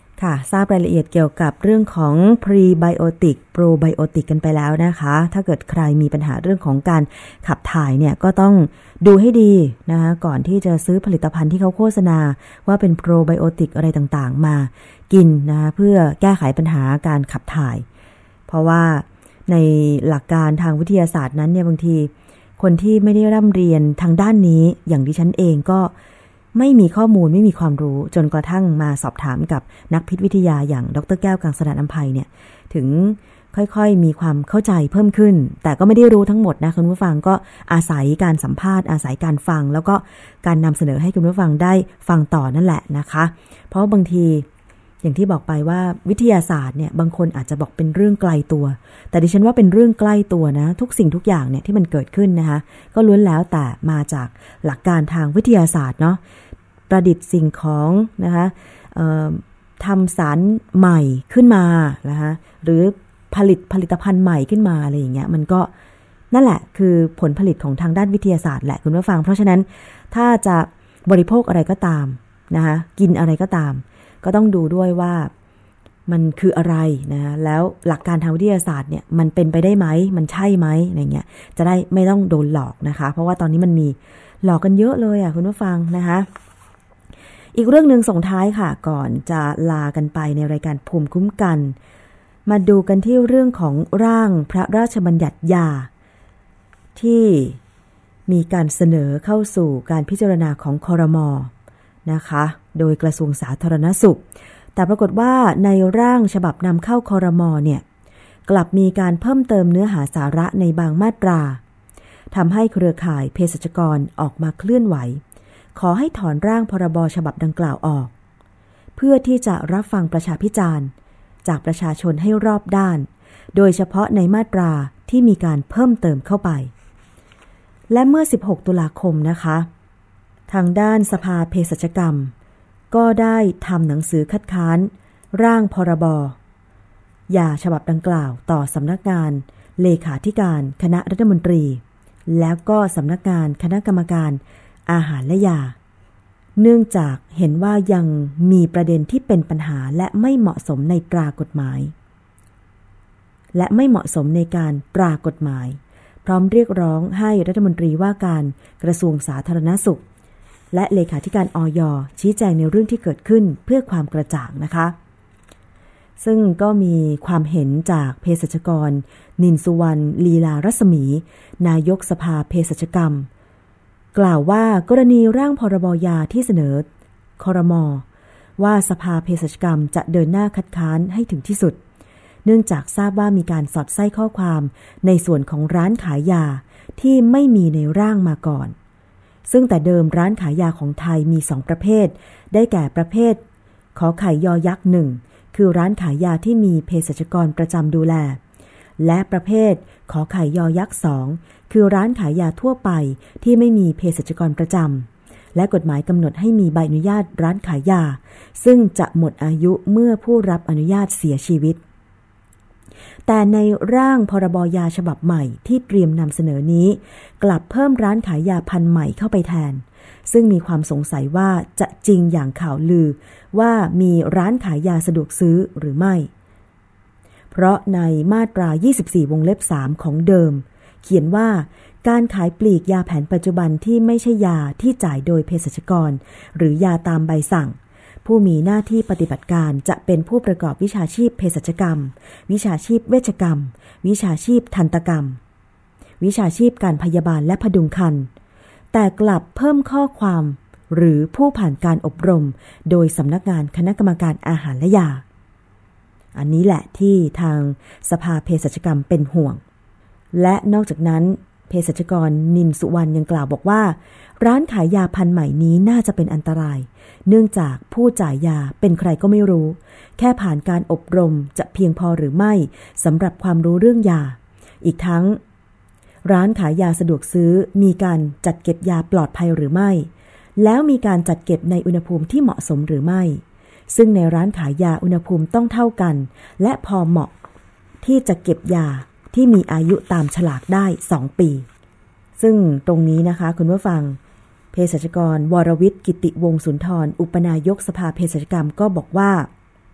ทราบรายละเอียดเกี่ยวกับเรื่องของ Prebiotic Probiotic กันไปแล้วนะคะถ้าเกิดใครมีปัญหาเรื่องของการขับถ่ายเนี่ยก็ต้องดูให้ดีนะคะก่อนที่จะซื้อผลิตภัณฑ์ที่เขาโฆษณาว่าเป็น Probiotic อะไรต่างๆมากินนะคะเพื่อแก้ไขปัญหาการขับถ่ายเพราะว่าในหลักการทางวิทยาศาสตร์นั้นเนี่ยบางทีคนที่ไม่ได้ร่ำเรียนทางด้านนี้อย่างดิฉันเองก็ไม่มีข้อมูลไม่มีความรู้จนกระทั่งมาสอบถามกับนักพิษวิทยาอย่างดร.แก้วกังสดาลอำไพเนี่ยถึงค่อยๆมีความเข้าใจเพิ่มขึ้นแต่ก็ไม่ได้รู้ทั้งหมดนะคุณผู้ฟังก็อาศัยการสัมภาษณ์อาศัยการฟังแล้วก็การนำเสนอให้คุณผู้ฟังได้ฟังต่อนั่นแหละนะคะเพราะบางทีอย่างที่บอกไปว่าวิทยาศาสตร์เนี่ยบางคนอาจจะบอกเป็นเรื่องไกลตัวแต่ดิฉันว่าเป็นเรื่องใกล้ตัวนะทุกสิ่งทุกอย่างเนี่ยที่มันเกิดขึ้นนะคะก็ล้วนแล้วแต่มาจากหลักการทางวิทยาศาสตร์เนาะประดิษฐ์สิ่งของนะคะทำสารใหม่ขึ้นมานะคะหรือผลิตผลิตภัณฑ์ใหม่ขึ้นมาอะไรอย่างเงี้ยมันก็นั่นแหละคือผลผลิตของทางด้านวิทยาศาสตร์แหละคุณผู้ฟังเพราะฉะนั้นถ้าจะบริโภคอะไรก็ตามนะคะกินอะไรก็ตามก็ต้องดูด้วยว่ามันคืออะไรนะแล้วหลักการทางวิทยาศาสตร์เนี่ยมันเป็นไปได้ไหมมันใช่ไหมอะไรเงี้ยจะได้ไม่ต้องโดนหลอกนะคะเพราะว่าตอนนี้มันมีหลอกกันเยอะเลยอ่ะคุณผู้ฟังนะคะอีกเรื่องนึงส่งท้ายค่ะก่อนจะลากันไปในรายการภูมิคุ้มกันมาดูกันที่เรื่องของร่างพระราชบัญญัติยาที่มีการเสนอเข้าสู่การพิจารณาของครม.นะคะโดยกระทรวงสาธารณสุขแต่ปรากฏว่าในร่างฉบับนำเข้าครม.เนี่ยกลับมีการเพิ่มเติมเนื้อหาสาระในบางมาตราทำให้เครือข่ายเภสัชกรออกมาเคลื่อนไหวขอให้ถอนร่างพรบฉบับดังกล่าวออกเพื่อที่จะรับฟังประชาพิจารณ์จากประชาชนให้รอบด้านโดยเฉพาะในมาตราที่มีการเพิ่มเติมเข้าไปและเมื่อสิบหกตุลาคมนะคะทางด้านสภาเภสัชกรรมก็ได้ทำหนังสือคัดค้านร่างพรบยาฉบับดังกล่าวต่อสำนักงานเลขาธิการคณะรัฐมนตรีแล้วก็สำนักงานคณะกรรมการอาหารและยาเนื่องจากเห็นว่ายังมีประเด็นที่เป็นปัญหาและไม่เหมาะสมในตรากฎหมายและไม่เหมาะสมในการตรากฎหมายพร้อมเรียกร้องให้รัฐมนตรีว่าการกระทรวงสาธารณสุขและเลขาธิการอย.ชี้แจงในเรื่องที่เกิดขึ้นเพื่อความกระจ่างนะคะซึ่งก็มีความเห็นจากเภสัชกรนินสุวรรณลีลารัศมีนายกสภาเภสัชกรรมกล่าวว่ากรณีร่างพรบยาที่เสนอครม.ว่าสภาเภสัชกรรมจะเดินหน้าคัดค้านให้ถึงที่สุดเนื่องจากทราบว่ามีการสอดไส้ข้อความในส่วนของร้านขายยาที่ไม่มีในร่างมาก่อนซึ่งแต่เดิมร้านขายยาของไทยมีสองประเภทได้แก่ประเภทขอไข่ยอยักษ์หนึ่งคือร้านขายยาที่มีเภสัชกรประจำดูแลและประเภทขอไข่ยอยักษ์สองคือร้านขายยาทั่วไปที่ไม่มีเภสัชกรประจำและกฎหมายกำหนดให้มีใบอนุญาตร้านขายยาซึ่งจะหมดอายุเมื่อผู้รับอนุญาตเสียชีวิตแต่ในร่างพรบยาฉบับใหม่ที่เตรียมนำเสนอนี้กลับเพิ่มร้านขายยาพันธุ์ใหม่เข้าไปแทนซึ่งมีความสงสัยว่าจะจริงอย่างข่าวลือว่ามีร้านขายยาสะดวกซื้อหรือไม่เพราะในมาตรายี่สิบสี่วงเล็บสามของเดิมเขียนว่าการขายปลีกยาแผนปัจจุบันที่ไม่ใช่ยาที่จ่ายโดยเภสัชกรหรือยาตามใบสั่งผู้มีหน้าที่ปฏิบัติการจะเป็นผู้ประกอบวิชาชีพเภสัชกรรมวิชาชีพเวชกรรมวิชาชีพทันตกรรมวิชาชีพการพยาบาลและพดุงครรภ์แต่กลับเพิ่มข้อความหรือผู้ผ่านการอบรมโดยสำนักงานคณะกรรมการอาหารและยาอันนี้แหละที่ทางสภาเภสัชกรรมเป็นห่วงและนอกจากนั้นเภสัชกรนินสุวรรณยังกล่าวบอกว่าร้านขายยาพันธุ์ใหม่นี้น่าจะเป็นอันตรายเนื่องจากผู้จ่ายยาเป็นใครก็ไม่รู้แค่ผ่านการอบรมจะเพียงพอหรือไม่สำหรับความรู้เรื่องยาอีกทั้งร้านขายยาสะดวกซื้อมีการจัดเก็บยาปลอดภัยหรือไม่แล้วมีการจัดเก็บในอุณหภูมิที่เหมาะสมหรือไม่ซึ่งในร้านขายยาอุณหภูมิต้องเท่ากันและพอเหมาะที่จะเก็บยาที่มีอายุตามฉลากได้สองปีซึ่งตรงนี้นะคะคุณผู้ฟังเภสัชกรวรวิทย์กิติวงศ์สุนทรอุปนายกสภาเภสัชกรรมก็บอกว่า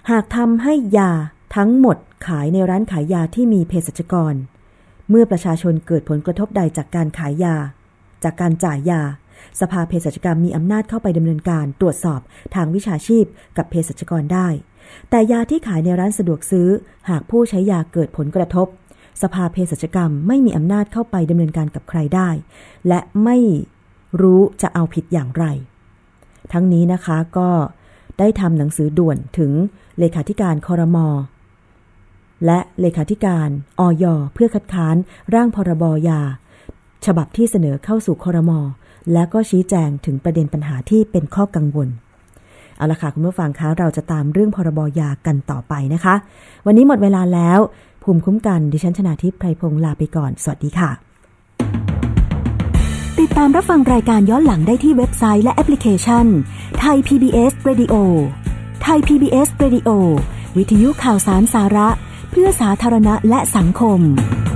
หากทำให้ยาทั้งหมดขายในร้านขายยาที่มีเภสัชกรเมื่อประชาชนเกิดผลกระทบใดจากการขายยาจากการจ่ายยาสภาเภสัชกรรมมีอำนาจเข้าไปดำเนินการตรวจสอบทางวิชาชีพกับเภสัชกรได้แต่ยาที่ขายในร้านสะดวกซื้อหากผู้ใช้ยาเกิดผลกระทบสภาเภสัชกรรมไม่มีอำนาจเข้าไปดำเนินการกับใครได้และไม่รู้จะเอาผิดอย่างไรทั้งนี้นะคะก็ได้ทำหนังสือด่วนถึงเลขาธิการครม.และเลขาธิการอย.เพื่อคัดค้านร่างพรบยาฉบับที่เสนอเข้าสู่ครม.และก็ชี้แจงถึงประเด็นปัญหาที่เป็นข้อกังวลเอาละค่ะคุณผู้ฟังคะเราจะตามเรื่องพรบยากันต่อไปนะคะวันนี้หมดเวลาแล้วภูมิคุ้มกันดิฉันชนาทิพย์ไพรพงษ์ลาไปก่อนสวัสดีค่ะติดตามรับฟังรายการย้อนหลังได้ที่เว็บไซต์และแอปพลิเคชัน Thai พี บี เอส Radio Thai พี บี เอส Radio วิทยุข่าวสารสาระเพื่อสาธารณะและสังคม